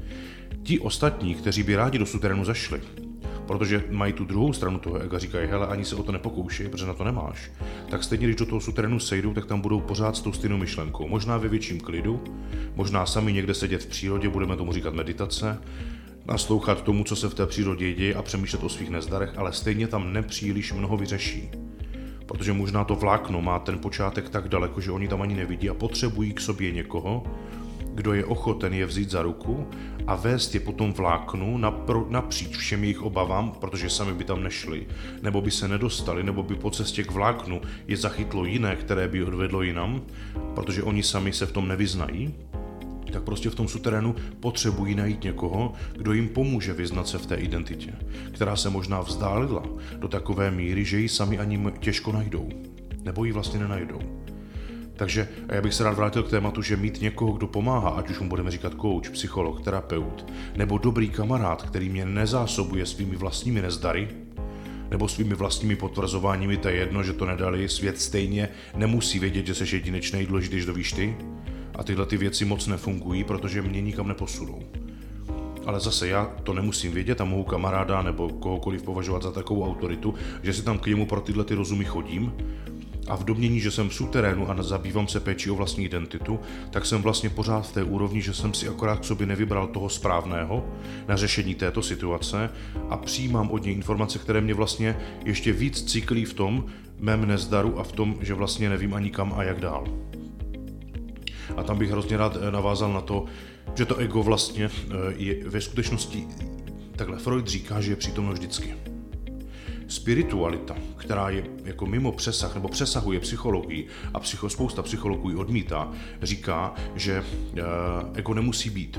Ti ostatní, kteří by rádi do suterénu zašli, protože mají tu druhou stranu toho ega, říkají, hele, ani se o to nepokoušej, protože na to nemáš, tak stejně, když do toho suterénu sejdou, tak tam budou pořád s tou stejnou myšlenkou. Možná ve větším klidu, možná sami někde sedět v přírodě, budeme tomu říkat meditace, naslouchat tomu, co se v té přírodě děje a přemýšlet o svých nezdarech, ale stejně tam nepříliš mnoho vyřeší. Protože možná to vlákno má ten počátek tak daleko, že oni tam ani nevidí a potřebují k sobě někoho, kdo je ochoten je vzít za ruku a vést je po tom vláknu napr- napříč všem jejich obavám, protože sami by tam nešli, nebo by se nedostali, nebo by po cestě k vláknu je zachytlo jiné, které by odvedlo jinam, protože oni sami se v tom nevyznají, tak prostě v tom suterénu potřebují najít někoho, kdo jim pomůže vyznat se v té identitě, která se možná vzdálila do takové míry, že ji sami ani těžko najdou, nebo ji vlastně nenajdou. Takže já bych se rád vrátil k tématu, že mít někoho, kdo pomáhá, ať už mu budeme říkat coach, psycholog, terapeut, nebo dobrý kamarád, který mě nezásobuje svými vlastními nezdary, nebo svými vlastními potvrzováními, to je jedno, že to nedali, svět stejně nemusí vědět, že jsi jedinečný, důležitý, že to víš ty. A tyhle ty věci moc nefungují, protože mě nikam neposunou. Ale zase já to nemusím vědět a mohu kamaráda nebo kohokoliv považovat za takovou autoritu, že si tam k němu pro tyhle ty rozumy chodím a v domnění, že jsem v suterénu a zabývám se péčí o vlastní identitu, tak jsem vlastně pořád v té úrovni, že jsem si akorát k sobě nevybral toho správného na řešení této situace a přijímám od něj informace, které mě vlastně ještě víc cyklí v tom mém nezdaru a v tom, že vlastně nevím ani kam a jak dál. A tam bych hrozně rád navázal na to, že to ego vlastně je ve skutečnosti, takhle Freud říká, že je přítomno vždycky. spiritualita, která je jako mimo přesah nebo přesahuje psychologii a psycho, spousta psychologů ji odmítá, říká, že e, ego nemusí být,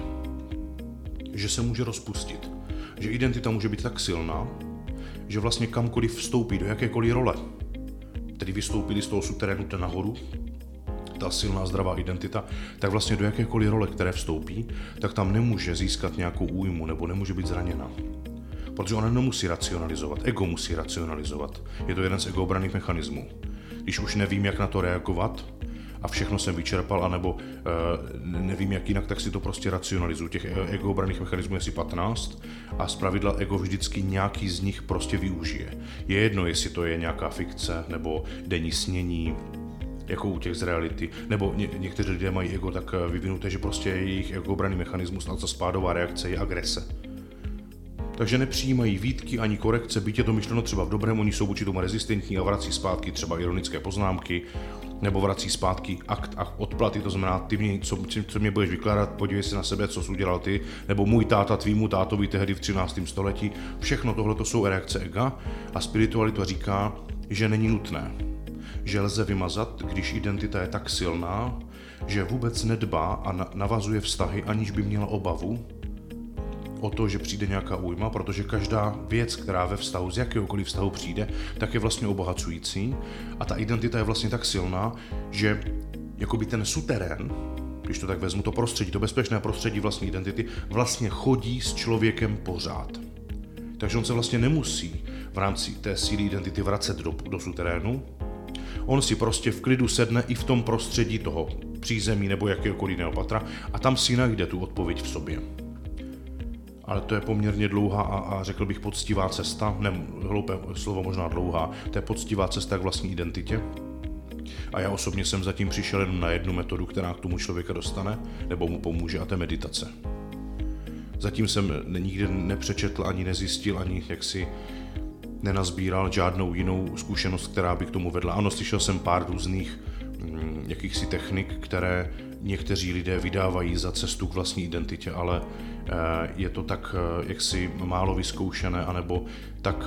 že se může rozpustit, že identita může být tak silná, že vlastně kamkoliv vstoupí do jakékoliv role, tedy vystoupili z toho suterénu ten nahoru, ta silná zdravá identita, tak vlastně do jakékoliv role, které vstoupí, tak tam nemůže získat nějakou újmu nebo nemůže být zraněna. Protože ona nemusí racionalizovat, ego musí racionalizovat. Je to jeden z egobranných mechanismů. Když už nevím, jak na to reagovat a všechno jsem vyčerpal, anebo e, nevím, jak jinak, tak si to prostě racionalizuju. Těch egobranných mechanismů je asi patnáct a zpravidla ego vždycky nějaký z nich prostě využije. Je jedno, jestli to je nějaká fikce nebo denní snění, jako u těch z reality, nebo ně, někteří lidé mají ego tak vyvinuté, že prostě jejich egobranný mechanismus a ta spádová reakce je agrese. Takže nepřijímají výtky ani korekce, byť je to myšleno třeba v dobrém, oni jsou vůči tomu rezistentní a vrací zpátky třeba ironické poznámky, nebo vrací zpátky akt a odplaty, to znamená, ty mě, co, co mě budeš vykládat, podívej se na sebe, co jsi udělal ty, nebo můj táta tvýmu tátovi tehdy v třináctém století. Všechno tohle to jsou reakce ega a spiritualita říká, že není nutné, že lze vymazat, když identita je tak silná, že vůbec nedbá a navazuje vztahy, aniž by měla obavu o to, že přijde nějaká újma, protože každá věc, která ve vztahu, z jakéhokoliv vztahu přijde, tak je vlastně obohacující a ta identita je vlastně tak silná, že jakoby ten suterén, když to tak vezmu, to prostředí, to bezpečné prostředí vlastní identity, vlastně chodí s člověkem pořád. Takže on se vlastně nemusí v rámci té síly identity vracet do, do suterénu, on si prostě v klidu sedne i v tom prostředí toho přízemí nebo jakéhokoliv jiného patra a tam si najde tu odpověď v sobě. Ale to je poměrně dlouhá a, a řekl bych poctivá cesta, ne hloupé slovo možná dlouhá, to je poctivá cesta k vlastní identitě. A já osobně jsem zatím přišel jen na jednu metodu, která k tomu člověka dostane, nebo mu pomůže, a to je meditace. Zatím jsem nikdy nepřečetl, ani nezjistil, ani jaksi nenazbíral žádnou jinou zkušenost, která by k tomu vedla. Ano, slyšel jsem pár různých hm, jakýchsi technik, které někteří lidé vydávají za cestu k vlastní identitě, ale eh, je to tak eh, jaksi málo vyzkoušené, anebo tak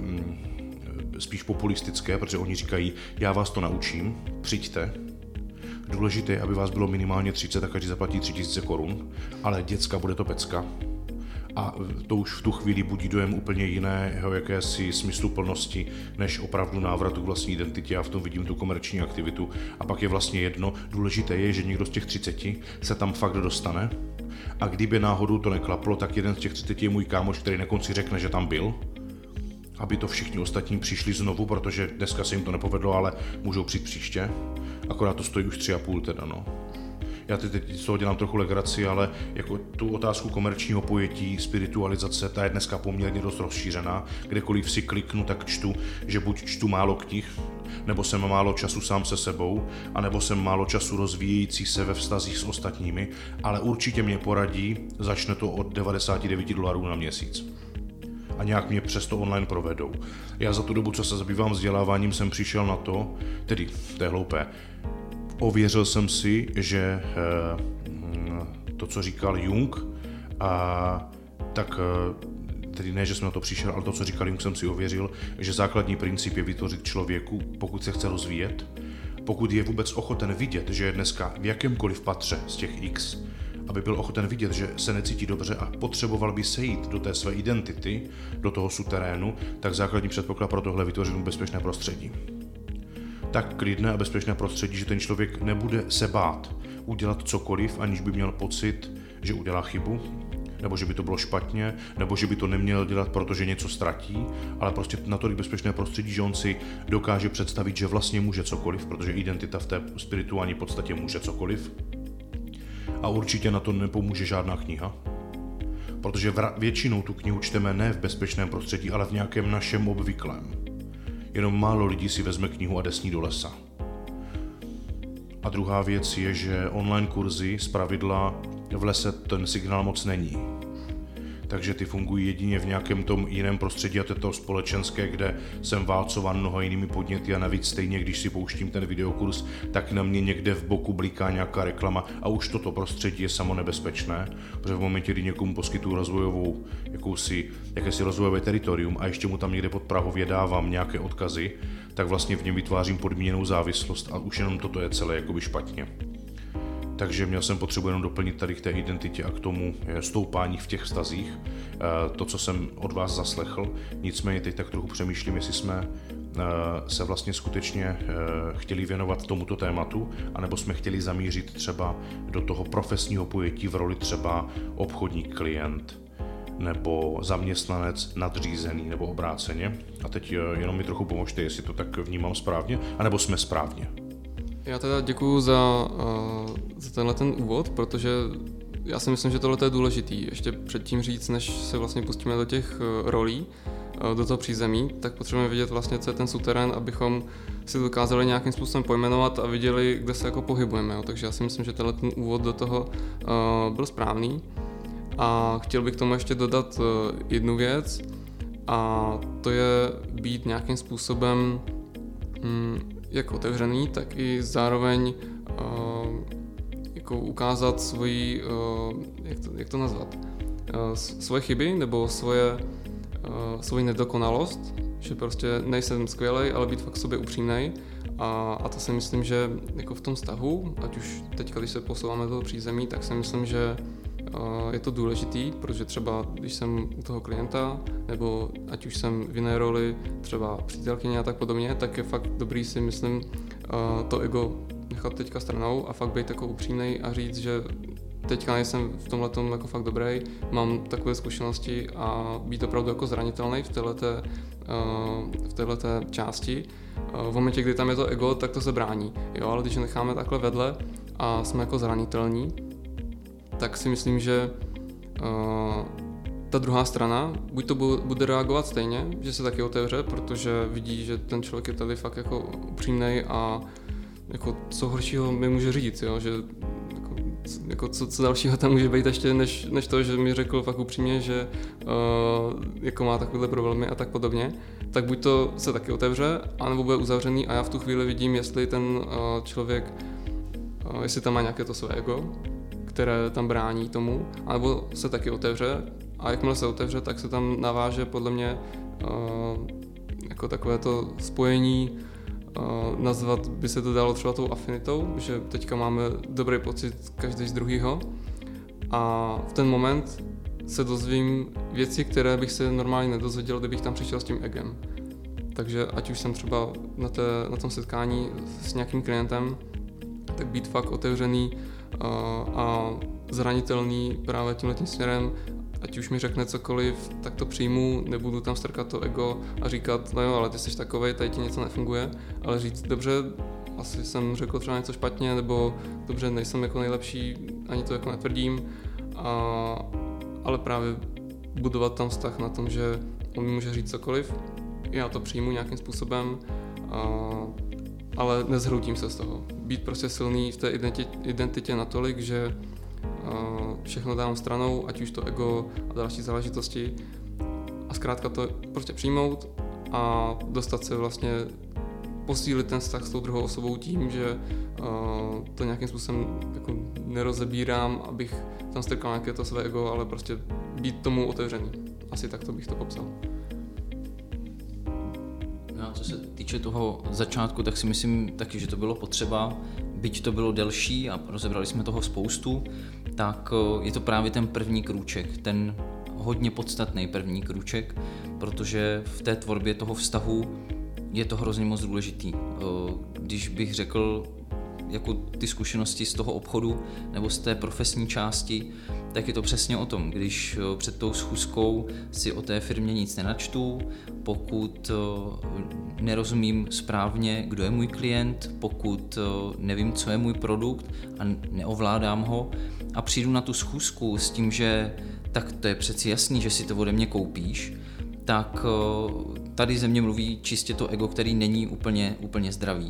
eh, spíš populistické, protože oni říkají, já vás to naučím, přijďte. Důležité je, aby vás bylo minimálně třicet a každý zaplatí tři tisíce korun, ale děcka bude to pecka. A to už v tu chvíli budí dojem úplně jiného jakési smysluplnosti, než opravdu návratu k vlastní identitě. Já v tom vidím tu komerční aktivitu. A pak je vlastně jedno, důležité je, že někdo z těch třiceti se tam fakt dostane. A kdyby náhodou to neklaplo, tak jeden z těch třiceti je můj kámoš, který na konci řekne, že tam byl. Aby to všichni ostatní přišli znovu, protože dneska se jim to nepovedlo, ale můžou přijít příště. Akorát to stojí už tři a půl teda, no. Já teď, teď z toho dělám trochu legraci, ale jako tu otázku komerčního pojetí, spiritualizace, ta je dneska poměrně dost rozšířená. Kdekoliv si kliknu, tak čtu, že buď čtu málo knih, nebo jsem málo času sám se sebou, anebo jsem málo času rozvíjející se ve vztazích s ostatními, ale určitě mě poradí, začne to od devadesát devět dolarů na měsíc. A nějak mě přesto online provedou. Já za tu dobu, co se zabývám vzděláváním, jsem přišel na to, tedy, to je hloupé, ověřil jsem si, že to, co říkal Jung, a tak tedy ne, že jsem na to přišel, ale to, co říkal Jung, jsem si ověřil, že základní princip je vytvořit člověku, pokud se chce rozvíjet, pokud je vůbec ochoten vidět, že je dneska v jakémkoliv patře z těch X, aby byl ochoten vidět, že se necítí dobře a potřeboval by sejít do té své identity, do toho suterénu, tak základní předpoklad pro tohle vytvořit bezpečné prostředí. Tak klidné a bezpečné prostředí, že ten člověk nebude se bát udělat cokoliv, aniž by měl pocit, že udělá chybu, nebo že by to bylo špatně, nebo že by to neměl dělat, protože něco ztratí, ale prostě natolik bezpečné prostředí, že on si dokáže představit, že vlastně může cokoliv, protože identita v té spirituální podstatě může cokoliv. A určitě na to nepomůže žádná kniha, protože většinou tu knihu čteme ne v bezpečném prostředí, ale v nějakém našem obvyklém. Jenom málo lidí si vezme knihu a jde s ní do lesa. A druhá věc je, že online kurzy zpravidla v lese ten signál moc není. takže ty fungují jedině v nějakém tom jiném prostředí, a to je to společenské, kde jsem válcován mnoha jinými podněty a navíc stejně, když si pouštím ten videokurs, tak na mě někde v boku bliká nějaká reklama a už toto prostředí je samo nebezpečné, protože v momentě, kdy někomu poskytuju rozvojovou, jakousi, jakési rozvojové teritorium a ještě mu tam někde pod prahově dávám nějaké odkazy, tak vlastně v něm vytvářím podmíněnou závislost a už jenom toto je celé jakoby špatně. Takže měl jsem potřebu jenom doplnit tady k té identitě a k tomu stoupání v těch vztazích, to, co jsem od vás zaslechl. Nicméně teď tak trochu přemýšlím, jestli jsme se vlastně skutečně chtěli věnovat tomuto tématu, anebo jsme chtěli zamířit třeba do toho profesního pojetí v roli třeba obchodník, klient, nebo zaměstnanec, nadřízený, nebo obráceně. A teď jenom mi trochu pomožte, jestli to tak vnímám správně, anebo jsme správně. Já teda děkuju za, uh, za tenhle ten úvod, protože já si myslím, že tohle je důležitý. Ještě předtím říct, než se vlastně pustíme do těch uh, rolí, uh, do toho přízemí, tak potřebujeme vidět vlastně, co je ten suterén, abychom si dokázali nějakým způsobem pojmenovat a viděli, kde se jako pohybujeme. Jo. Takže já si myslím, že tenhle ten úvod do toho uh, byl správný. A chtěl bych k tomu ještě dodat uh, jednu věc, a to je být nějakým způsobem um, jak otevřený, tak i zároveň uh, jako ukázat svoji, uh, jak, to, jak to nazvat, uh, svoje chyby nebo svoje, uh, svoji nedokonalost, že prostě nejsem skvělej, ale být fakt sobě upřímnej. A, a to si myslím, že jako v tom vztahu, ať už teď, když se posouváme do toho přízemí, tak si myslím, že uh, je to důležitý, protože třeba když jsem u toho klienta, nebo ať už jsem v jiné roli, třeba přítelkyně a tak podobně, tak je fakt dobrý, si myslím, uh, to ego nechat teďka stranou a fakt být jako upřímnej a říct, že teďka nejsem v tomhletom jako fakt dobrý, mám takové zkušenosti a být opravdu jako zranitelný v téhleté, uh, v téhleté části. Uh, v momentě, kdy tam je to ego, tak to se brání, jo, ale když ho necháme takhle vedle a jsme jako zranitelní, tak si myslím, že uh, ta druhá strana buď to bude reagovat stejně, že se taky otevře, protože vidí, že ten člověk je tady fakt jako upřímnej a jako co horšího mi může říct, jo? Že jako, jako co, co dalšího tam může být ještě než, než to, že mi řekl fakt upřímně, že uh, jako má takovéhle problémy a tak podobně, tak buď to se taky otevře, anebo bude uzavřený a já v tu chvíli vidím, jestli ten uh, člověk, uh, jestli tam má nějaké to své ego, které tam brání tomu, anebo se taky otevře a jakmile se otevře, tak se tam naváže podle mě uh, jako takové to spojení, uh, nazvat by se to dalo třeba tou afinitou, že teďka máme dobrý pocit každý z druhýho a v ten moment se dozvím věci, které bych se normálně nedozvěděl, kdybych tam přišel s tím egem. Takže ať už jsem třeba na, té, na tom setkání s nějakým klientem, tak být fakt otevřený uh, a zranitelný právě tímhletím směrem, ať už mi řekne cokoliv, tak to přijmu, nebudu tam strkat to ego a říkat, no jo, ale ty jsi takovej, tady ti něco nefunguje, ale říct, dobře, asi jsem řekl třeba něco špatně, nebo dobře, nejsem jako nejlepší, ani to jako netvrdím, a, ale právě budovat tam vztah na tom, že on mi může říct cokoliv, já to přijmu nějakým způsobem, a, ale nezhroutím se z toho. Být prostě silný v té identitě, identitě natolik, že všechno dám stranou, ať už to ego a další záležitosti a zkrátka to prostě přijmout a dostat se vlastně, posílit ten vztah s tou druhou osobou tím, že uh, to nějakým způsobem jako nerozebírám, abych tam strkal nějaké to své ego, ale prostě být tomu otevřený. Asi takto bych to popsal. No, co se týče toho začátku, tak si myslím taky, že to bylo potřeba, byť to bylo delší a rozebrali jsme toho spoustu, tak je to právě ten první krůček, ten hodně podstatný první krůček, protože v té tvorbě toho vztahu je to hrozně moc důležitý. Když bych řekl jako ty zkušenosti z toho obchodu nebo z té profesní části, tak je to přesně o tom, když před tou schůzkou si o té firmě nic nenačtu, pokud nerozumím správně, kdo je můj klient, pokud nevím, co je můj produkt a neovládám ho a přijdu na tu schůzku s tím, že tak to je přeci jasný, že si to ode mě koupíš, tak tady ze mě mluví čistě to ego, který není úplně, úplně zdravý.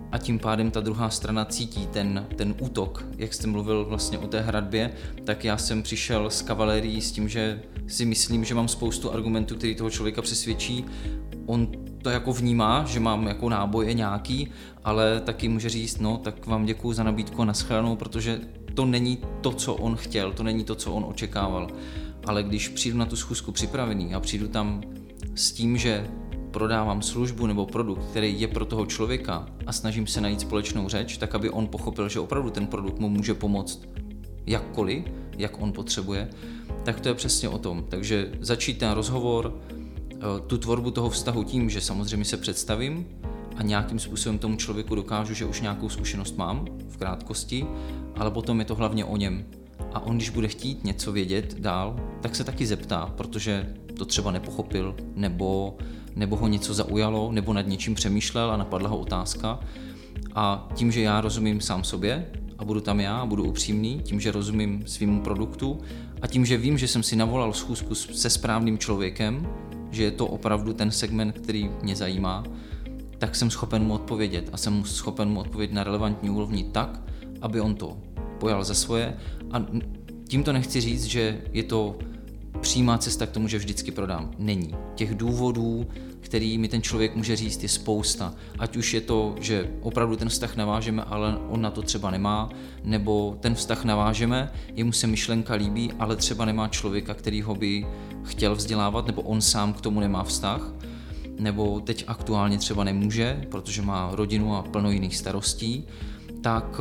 a tím pádem ta druhá strana cítí ten, ten útok, jak jste mluvil vlastně o té hradbě, tak já jsem přišel s kavalérií s tím, že si myslím, že mám spoustu argumentů, který toho člověka přesvědčí. On to jako vnímá, že mám jako náboje nějaký, ale taky může říct, no tak vám děkuju za nabídku a nashledanou, protože to není to, co on chtěl, to není to, co on očekával. Ale když přijdu na tu schůzku připravený a přijdu tam s tím, že prodávám službu nebo produkt, který je pro toho člověka a snažím se najít společnou řeč, tak aby on pochopil, že opravdu ten produkt mu může pomoct jakkoliv, jak on potřebuje, tak to je přesně o tom. Takže začít ten rozhovor, tu tvorbu toho vztahu tím, že samozřejmě se představím a nějakým způsobem tomu člověku dokážu, že už nějakou zkušenost mám v krátkosti, ale potom je to hlavně o něm. A on, když bude chtít něco vědět dál, tak se taky zeptá, protože to třeba nepochopil, nebo, nebo ho něco zaujalo, nebo nad něčím přemýšlel a napadla ho otázka. A tím, že já rozumím sám sobě a budu tam já a budu upřímný, tím, že rozumím svýmu produktu a tím, že vím, že jsem si navolal schůzku se správným člověkem, že je to opravdu ten segment, který mě zajímá, tak jsem schopen mu odpovědět a jsem schopen mu odpovědět na relevantní úrovni tak, aby on to pojal za svoje. A tím to nechci říct, že je to přímá cesta k tomu, že vždycky prodám. Není. Těch důvodů, který mi ten člověk může říct, je spousta. Ať už je to, že opravdu ten vztah navážeme, ale on na to třeba nemá, nebo ten vztah navážeme, jemu se myšlenka líbí, ale třeba nemá člověka, který ho by chtěl vzdělávat, nebo on sám k tomu nemá vztah, nebo teď aktuálně třeba nemůže, protože má rodinu a plno jiných starostí, tak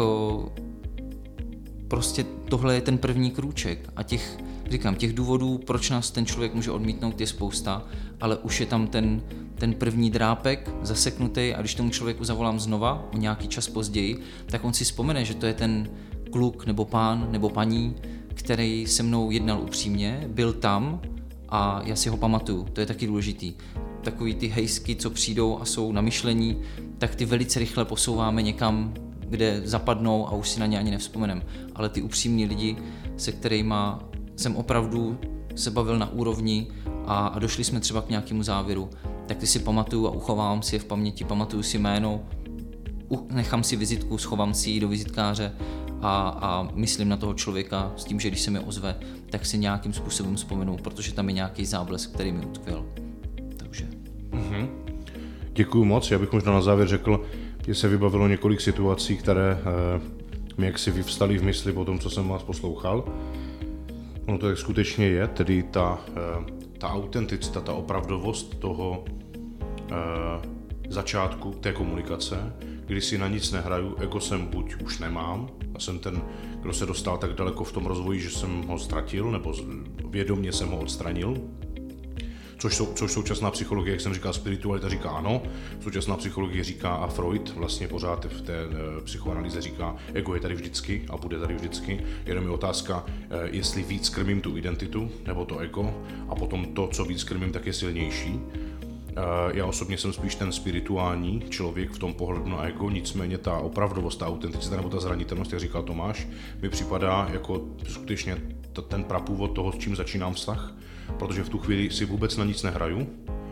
prostě tohle je ten první krůček a těch, říkám, těch důvodů, proč nás ten člověk může odmítnout, je spousta, ale už je tam ten, ten první drápek zaseknutý a když tomu člověku zavolám znova o nějaký čas později, tak on si vzpomene, že to je ten kluk nebo pán nebo paní, který se mnou jednal upřímně, byl tam a já si ho pamatuju, to je taky důležitý. Takový ty hejsky, co přijdou a jsou na myšlení, tak ty velice rychle posouváme někam, kde zapadnou a už si na ně ani nevzpomenem. Ale ty upřímní lidi, se kterými jsem opravdu se bavil na úrovni a, a došli jsme třeba k nějakému závěru, tak ty si pamatuju a uchovám si je v paměti, pamatuju si jméno, nechám si vizitku, schovám si ji do vizitkáře a, a myslím na toho člověka s tím, že když se mi ozve, tak si nějakým způsobem vzpomenu, protože tam je nějaký záblesk, který mi utkvěl. Takže. Mm-hmm. Děkuju moc, já bych možná na závěr řekl, že se vybavilo několik situací, které eh, mi jaksi vyvstaly v mysli po tom, co jsem vás poslouchal. Ono to tak skutečně je, tedy ta, eh, ta autenticita, ta opravdovost toho eh, začátku té komunikace, kdy si na nic nehraju, ego jsem buď už nemám, a jsem ten, kdo se dostal tak daleko v tom rozvoji, že jsem ho ztratil, nebo vědomě jsem ho odstranil. Což, sou, což současná psychologie, jak jsem říkal, spiritualita říká ano, současná psychologie říká a Freud vlastně pořád v té e, psychoanalýze říká, ego je tady vždycky a bude tady vždycky, jenom je otázka, e, jestli víc krmím tu identitu nebo to ego a potom to, co víc krmím, tak je silnější. E, já osobně jsem spíš ten spirituální člověk v tom pohledu na ego, nicméně ta opravdovost, ta autenticita nebo ta zranitelnost, jak říkal Tomáš, mi připadá jako skutečně t- ten prapůvod toho, s čím začínám vztah, protože v tu chvíli si vůbec na nic nehraju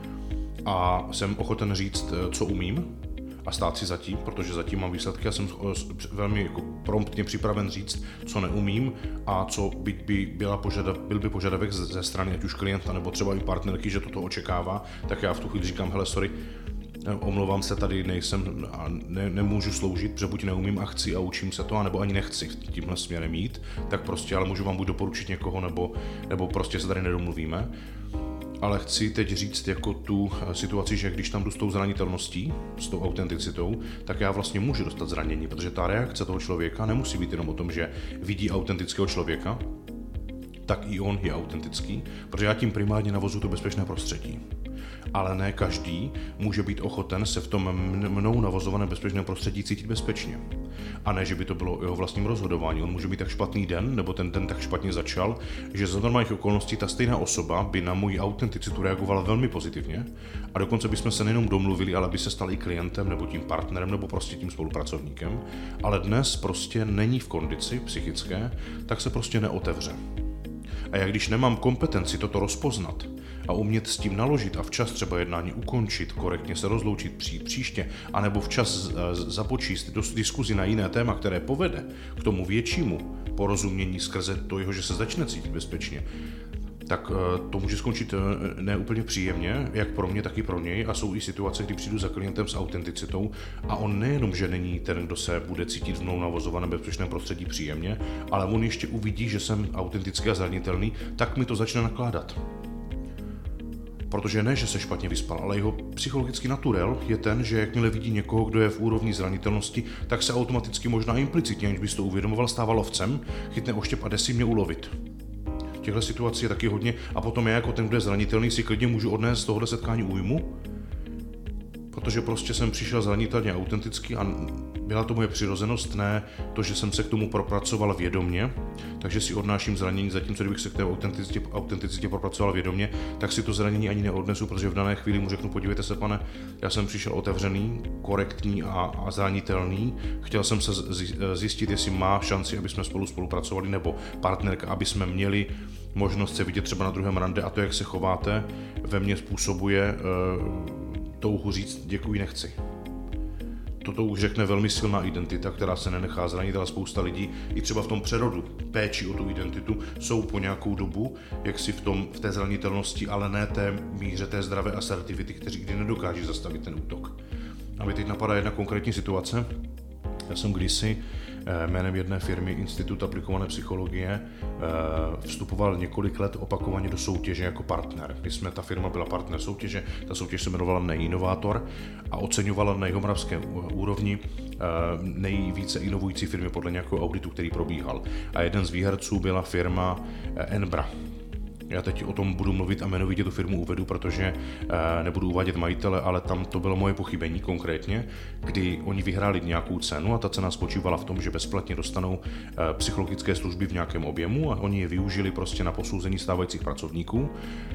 a jsem ochoten říct, co umím a stát si zatím, protože zatím mám výsledky a jsem velmi jako promptně připraven říct, co neumím a co by, by byla požadav, byl by požadavek ze strany ať už klienta nebo třeba i partnerky, že toto očekává, tak já v tu chvíli říkám, hele, sorry, omlouvám se, tady nejsem a ne, nemůžu sloužit, protože buď neumím a chci a učím se to, anebo ani nechci tímhle směrem jít, tak prostě, ale můžu vám buď doporučit někoho, nebo, nebo prostě se tady nedomluvíme. Ale chci teď říct jako tu situaci, že když tam jdu s tou zranitelností, s tou autenticitou, tak já vlastně můžu dostat zranění, protože ta reakce toho člověka nemusí být jenom o tom, že vidí autentického člověka, tak i on je autentický, protože já tím primárně navozu to bezpečné prostředí. Ale ne každý může být ochoten se v tom mnou navozovaném bezpečném prostředí cítit bezpečně. A ne, že by to bylo jeho vlastním rozhodování. On může mít tak špatný den, nebo ten den tak špatně začal, že za normálních okolností ta stejná osoba by na moji autenticitu reagovala velmi pozitivně a dokonce bychom se nejenom domluvili, ale by se stal i klientem, nebo tím partnerem, nebo prostě tím spolupracovníkem. Ale dnes prostě není v kondici psychické, tak se prostě neotevře. A já když nemám kompetenci toto rozpoznat a umět s tím naložit a včas třeba jednání ukončit, korektně se rozloučit, přijít příště, anebo včas započíst do diskuzi na jiné téma, které povede k tomu většímu porozumění skrze to jeho, že se začne cítit bezpečně, tak to může skončit neúplně příjemně, jak pro mě, tak i pro něj. A jsou i situace, kdy přijdu za klientem s autenticitou a on nejenom, že není ten, kdo se bude cítit mnou navozovaném bezpečném prostředí příjemně, ale on ještě uvidí, že jsem autentický a zranitelný, tak mi to začne nakládat. Protože ne, že se špatně vyspal, ale jeho psychologický naturel je ten, že jakmile vidí někoho, kdo je v úrovni zranitelnosti, tak se automaticky možná implicitně, aniž bys to uvědomoval, stává lovcem, chytne oštěp a jde si mě ulovit. Těchto situací je taky hodně a potom já jako ten, kdo je zranitelný, si klidně můžu odnést z tohohle setkání újmu, protože prostě jsem přišel zranitelně a autenticky a byla to moje přirozenost, ne to, že jsem se k tomu propracoval vědomně, takže si odnáším zranění, zatímco kdybych se k té autenticitě, autenticitě propracoval vědomně, tak si to zranění ani neodnesu, protože v dané chvíli mu řeknu, podívejte se, pane, já jsem přišel otevřený, korektní a, a zranitelný, chtěl jsem se zjistit, jestli má šanci, aby jsme spolu spolupracovali, nebo partnerka, aby jsme měli možnost se vidět třeba na druhém rande a to, jak se chováte, ve mně způsobuje uh, touhu říct děkuji, nechci. Toto už řekne velmi silná identita, která se nenechá zranit, ale spousta lidí i třeba v tom přerodu péči o tu identitu jsou po nějakou dobu jaksi v, tom, v té zranitelnosti, ale ne té míře té zdravé asertivity, kteří kdy nedokáží zastavit ten útok. A mi teď napadá jedna konkrétní situace. Já jsem kdysi jménem jedné firmy Institut aplikované psychologie vstupoval několik let opakovaně do soutěže jako partner. My jsme, ta firma byla partner soutěže, ta soutěž se jmenovala Nejinovátor a oceňovala na jihomoravské úrovni nejvíce inovující firmy podle nějakého auditu, který probíhal. A jeden z výherců byla firma Enbra. Já teď o tom budu mluvit a jmenovitě tu firmu uvedu, protože e, nebudu uvádět majitele, ale tam to bylo moje pochybení konkrétně, kdy oni vyhráli nějakou cenu a ta cena spočívala v tom, že bezplatně dostanou e, psychologické služby v nějakém objemu a oni je využili prostě na posouzení stávajících pracovníků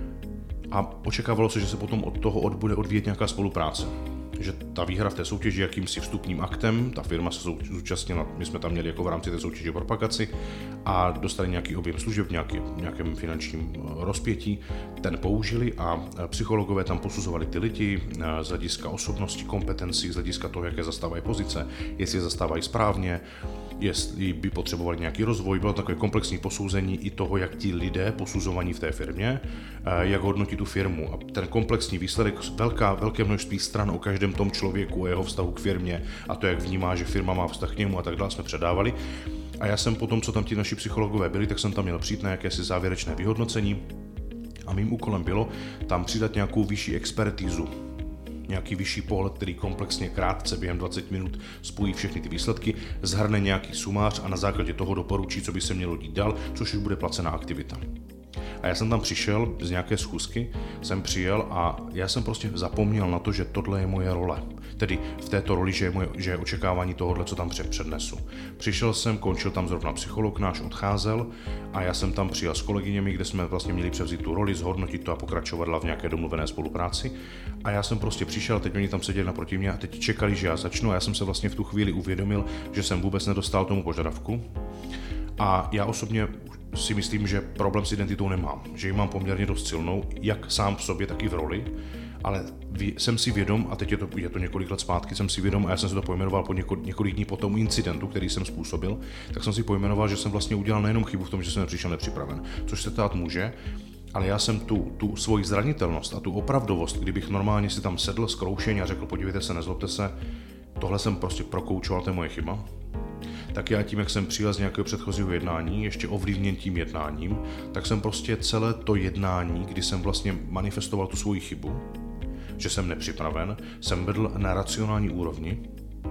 a očekávalo se, že se potom od toho od, bude odvíjet nějaká spolupráce. Že ta výhra v té soutěži jakýmsi vstupním aktem, ta firma se zúčastnila, my jsme tam měli jako v rámci té soutěže propagaci a dostali nějaký objem služeb v nějaký, nějakém finančním rozpětí, ten použili a psychologové tam posuzovali ty lidi z hlediska osobnosti, kompetencí, z hlediska toho, jaké zastávají pozice, jestli je zastávají správně, jestli by potřebovali nějaký rozvoj, bylo takové komplexní posouzení i toho, jak ti lidé posuzovaní v té firmě, jak hodnotí tu firmu. A ten komplexní výsledek, velká, velké množství stran o každém tom člověku, o jeho vztahu k firmě a to, jak vnímá, že firma má vztah k němu a tak dále, jsme předávali. A já jsem potom, co tam ti naši psychologové byli, tak jsem tam měl přijít na jakési závěrečné vyhodnocení a mým úkolem bylo tam přidat nějakou vyšší expertízu, nějaký vyšší pohled, který komplexně krátce během dvacet minut spojí všechny ty výsledky, zhrne nějaký sumář a na základě toho doporučí, co by se mělo dít dál, což už bude placená aktivita. A já jsem tam přišel z nějaké schůzky, jsem přijel a já jsem prostě zapomněl na to, že tohle je moje role. Tedy v této roli, že je, moje, že je očekávání tohohle, co tam přednesu. Přišel jsem, končil tam zrovna psycholog náš, odcházel a já jsem tam přijel s kolegyněmi, kde jsme vlastně měli převzít tu roli, zhodnotit to a pokračovat v nějaké domluvené spolupráci. A já jsem prostě přišel, teď oni tam seděli naproti mě a teď čekali, že já začnu a já jsem se vlastně v tu chvíli uvědomil, že jsem vůbec nedostal tomu požadavku. A já osobně si myslím, že problém s identitou nemám, že ji mám poměrně dost silnou, jak sám v sobě, tak i v roli, ale jsem si vědom, a teď je to, je to několik let zpátky, jsem si vědom, a já jsem si to pojmenoval po několik, několik dní po tom incidentu, který jsem způsobil, tak jsem si pojmenoval, že jsem vlastně udělal nejenom chybu v tom, že jsem nepřišel nepřipraven, což se stát může, ale já jsem tu, tu svoji zranitelnost a tu opravdovost, kdybych normálně si tam sedl zkroušeně a řekl, podívejte se, nezlobte se, tohle jsem prostě prokoučoval, to je moje chyba, tak já tím, jak jsem přijel z nějakého předchozího jednání, ještě ovlivněn tím jednáním, tak jsem prostě celé to jednání, kdy jsem vlastně manifestoval tu svoji chybu, že jsem nepřipraven, jsem vedl na racionální úrovni,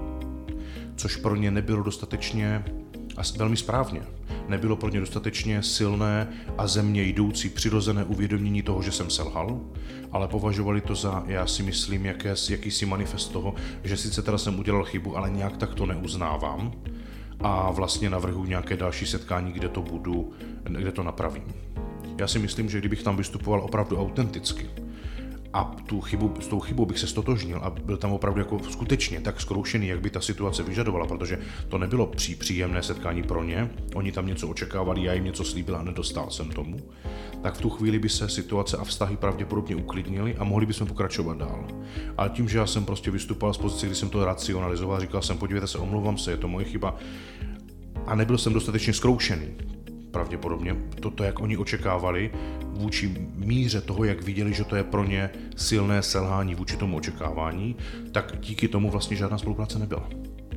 což pro ně nebylo dostatečně, a velmi správně, nebylo pro ně dostatečně silné a ze mě jdoucí přirozené uvědomění toho, že jsem selhal, ale považovali to za, já si myslím, jakés, jakýsi manifest toho, že sice teda jsem udělal chybu, ale nějak tak to neuznávám a vlastně navrhuji nějaké další setkání, kde to budu, kde to napravím. Já si myslím, že kdybych tam vystupoval opravdu autenticky A tu chybu, s tou chybou bych se stotožnil a byl tam opravdu jako skutečně tak zkroušený, jak by ta situace vyžadovala, protože to nebylo pří, příjemné setkání pro ně, oni tam něco očekávali, já jim něco slíbil a nedostal jsem tomu, tak v tu chvíli by se situace a vztahy pravděpodobně uklidnily a mohli bychom pokračovat dál. Ale tím, že já jsem prostě vystupoval z pozice, kdy jsem to racionalizoval, říkal jsem, podívejte se, omlouvám se, je to moje chyba a nebyl jsem dostatečně zkroušený. Pravděpodobně toto, jak oni očekávali, vůči míře toho, jak viděli, že to je pro ně silné selhání vůči tomu očekávání, tak díky tomu vlastně žádná spolupráce nebyla.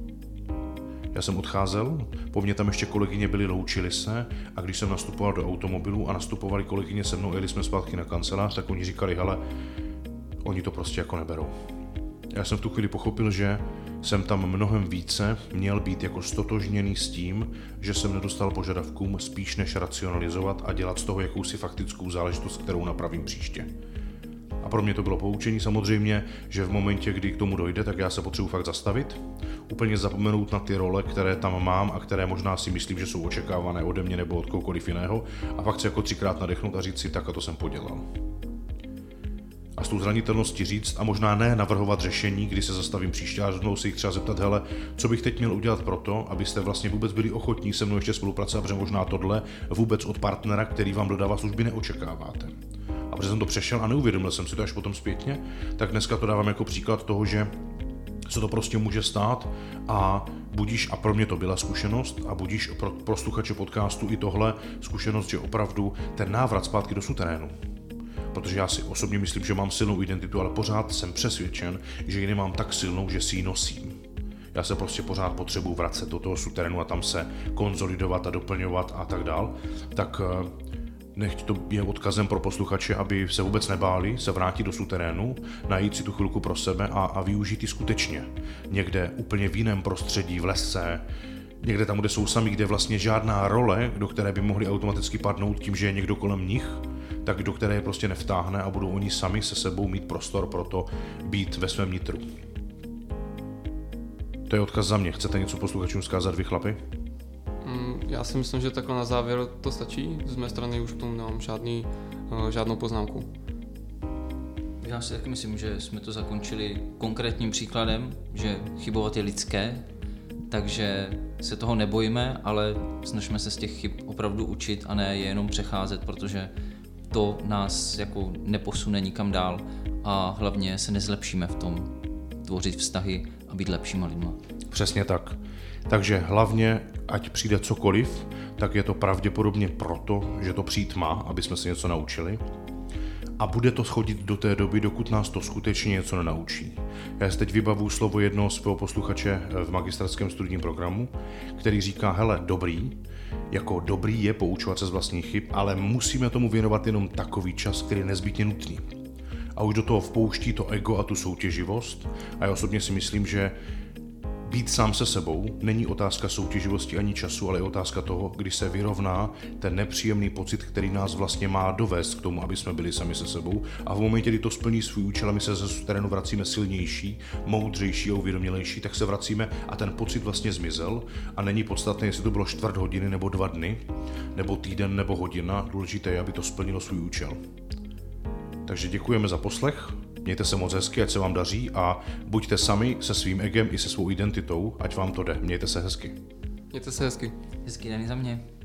Já jsem odcházel, po mně tam ještě kolegyně byly, loučili se a když jsem nastupoval do automobilu a nastupovali kolegyně se mnou, jeli jsme zpátky na kancelář, tak oni říkali, hele, oni to prostě jako neberou. Já jsem v tu chvíli pochopil, že jsem tam mnohem více měl být jako stotožněný s tím, že jsem nedostal požadavkům spíš než racionalizovat a dělat z toho jakousi faktickou záležitost, kterou napravím příště. A pro mě to bylo poučení samozřejmě, že v momentě, kdy k tomu dojde, tak já se potřebuji fakt zastavit, úplně zapomenout na ty role, které tam mám a které možná si myslím, že jsou očekávané ode mě nebo od kohokoliv jiného a fakt se jako třikrát nadechnout a říct si, tak a to jsem podělal. A s tou zranitelností říct a možná ne navrhovat řešení, kdy se zastavím příště a znovu si jich třeba zeptat, hele, co bych teď měl udělat pro to, abyste vlastně vůbec byli ochotní se mnou ještě spolupracovat, protože možná tohle vůbec od partnera, který vám dodává služby, neočekáváte. A protože jsem to přešel a neuvědomil jsem si to až potom zpětně, tak dneska to dávám jako příklad toho, že se to prostě může stát a budíš, a pro mě to byla zkušenost, a budíš pro posluchače podcastu i tohle zkušenost, že opravdu ten návrat zpátky do suterénu. Protože já si osobně myslím, že mám silnou identitu, ale pořád jsem přesvědčen, že ji nemám tak silnou, že si ji nosím. Já se prostě pořád potřebuji vracet do toho suterénu a tam se konsolidovat a doplňovat a tak dál. Tak nechť to je odkazem pro posluchače, aby se vůbec nebáli se vrátit do suterénu, najít si tu chvilku pro sebe a, a využít ji skutečně. Někde úplně v jiném prostředí, v lese, někde tam, kde jsou sami, kde vlastně žádná role, do které by mohli automaticky padnout tím, že je někdo kolem nich, tak do které je prostě nevtáhne a budou oni sami se sebou mít prostor pro to být ve svém nitru. To je odkaz za mě. Chcete něco posluchačům vzkázat vy, chlapi? Mm, já si myslím, že takhle na závěr to stačí. Z mé strany už k tomu nemám žádný, žádnou poznámku. Já si taky myslím, že jsme to zakončili konkrétním příkladem, že chybovat je lidské, takže se toho nebojíme, ale snažíme se z těch chyb opravdu učit a ne je jenom přecházet, protože to nás jako neposune nikam dál a hlavně se nezlepšíme v tom tvořit vztahy a být lepšíma lidma. Přesně tak. Takže hlavně, ať přijde cokoliv, tak je to pravděpodobně proto, že to přijít má, aby jsme se něco naučili. A bude to chodit do té doby, dokud nás to skutečně něco nenaučí. Já si teď vybavuju slovo jednoho svého posluchače v magisterském studijním programu, který říká, hele, dobrý, jako dobrý je poučovat se z vlastních chyb, ale musíme tomu věnovat jenom takový čas, který je nezbytně nutný. A už do toho vpouští to ego a tu soutěživost. A já osobně si myslím, že být sám se sebou není otázka soutěživosti ani času, ale je otázka toho, kdy se vyrovná ten nepříjemný pocit, který nás vlastně má dovést k tomu, aby jsme byli sami se sebou. A v momentě, kdy to splní svůj účel a my se ze terénu vracíme silnější, moudřejší a uvědomělejší, tak se vracíme a ten pocit vlastně zmizel a není podstatné, jestli to bylo čtvrt hodiny nebo dva dny, nebo týden nebo hodina, důležité je, aby to splnilo svůj účel. Takže děkujeme za poslech. Mějte se moc hezky, ať se vám daří a buďte sami se svým egem i se svou identitou, ať vám to jde. Mějte se hezky. Mějte se hezky. Hezký den za mě.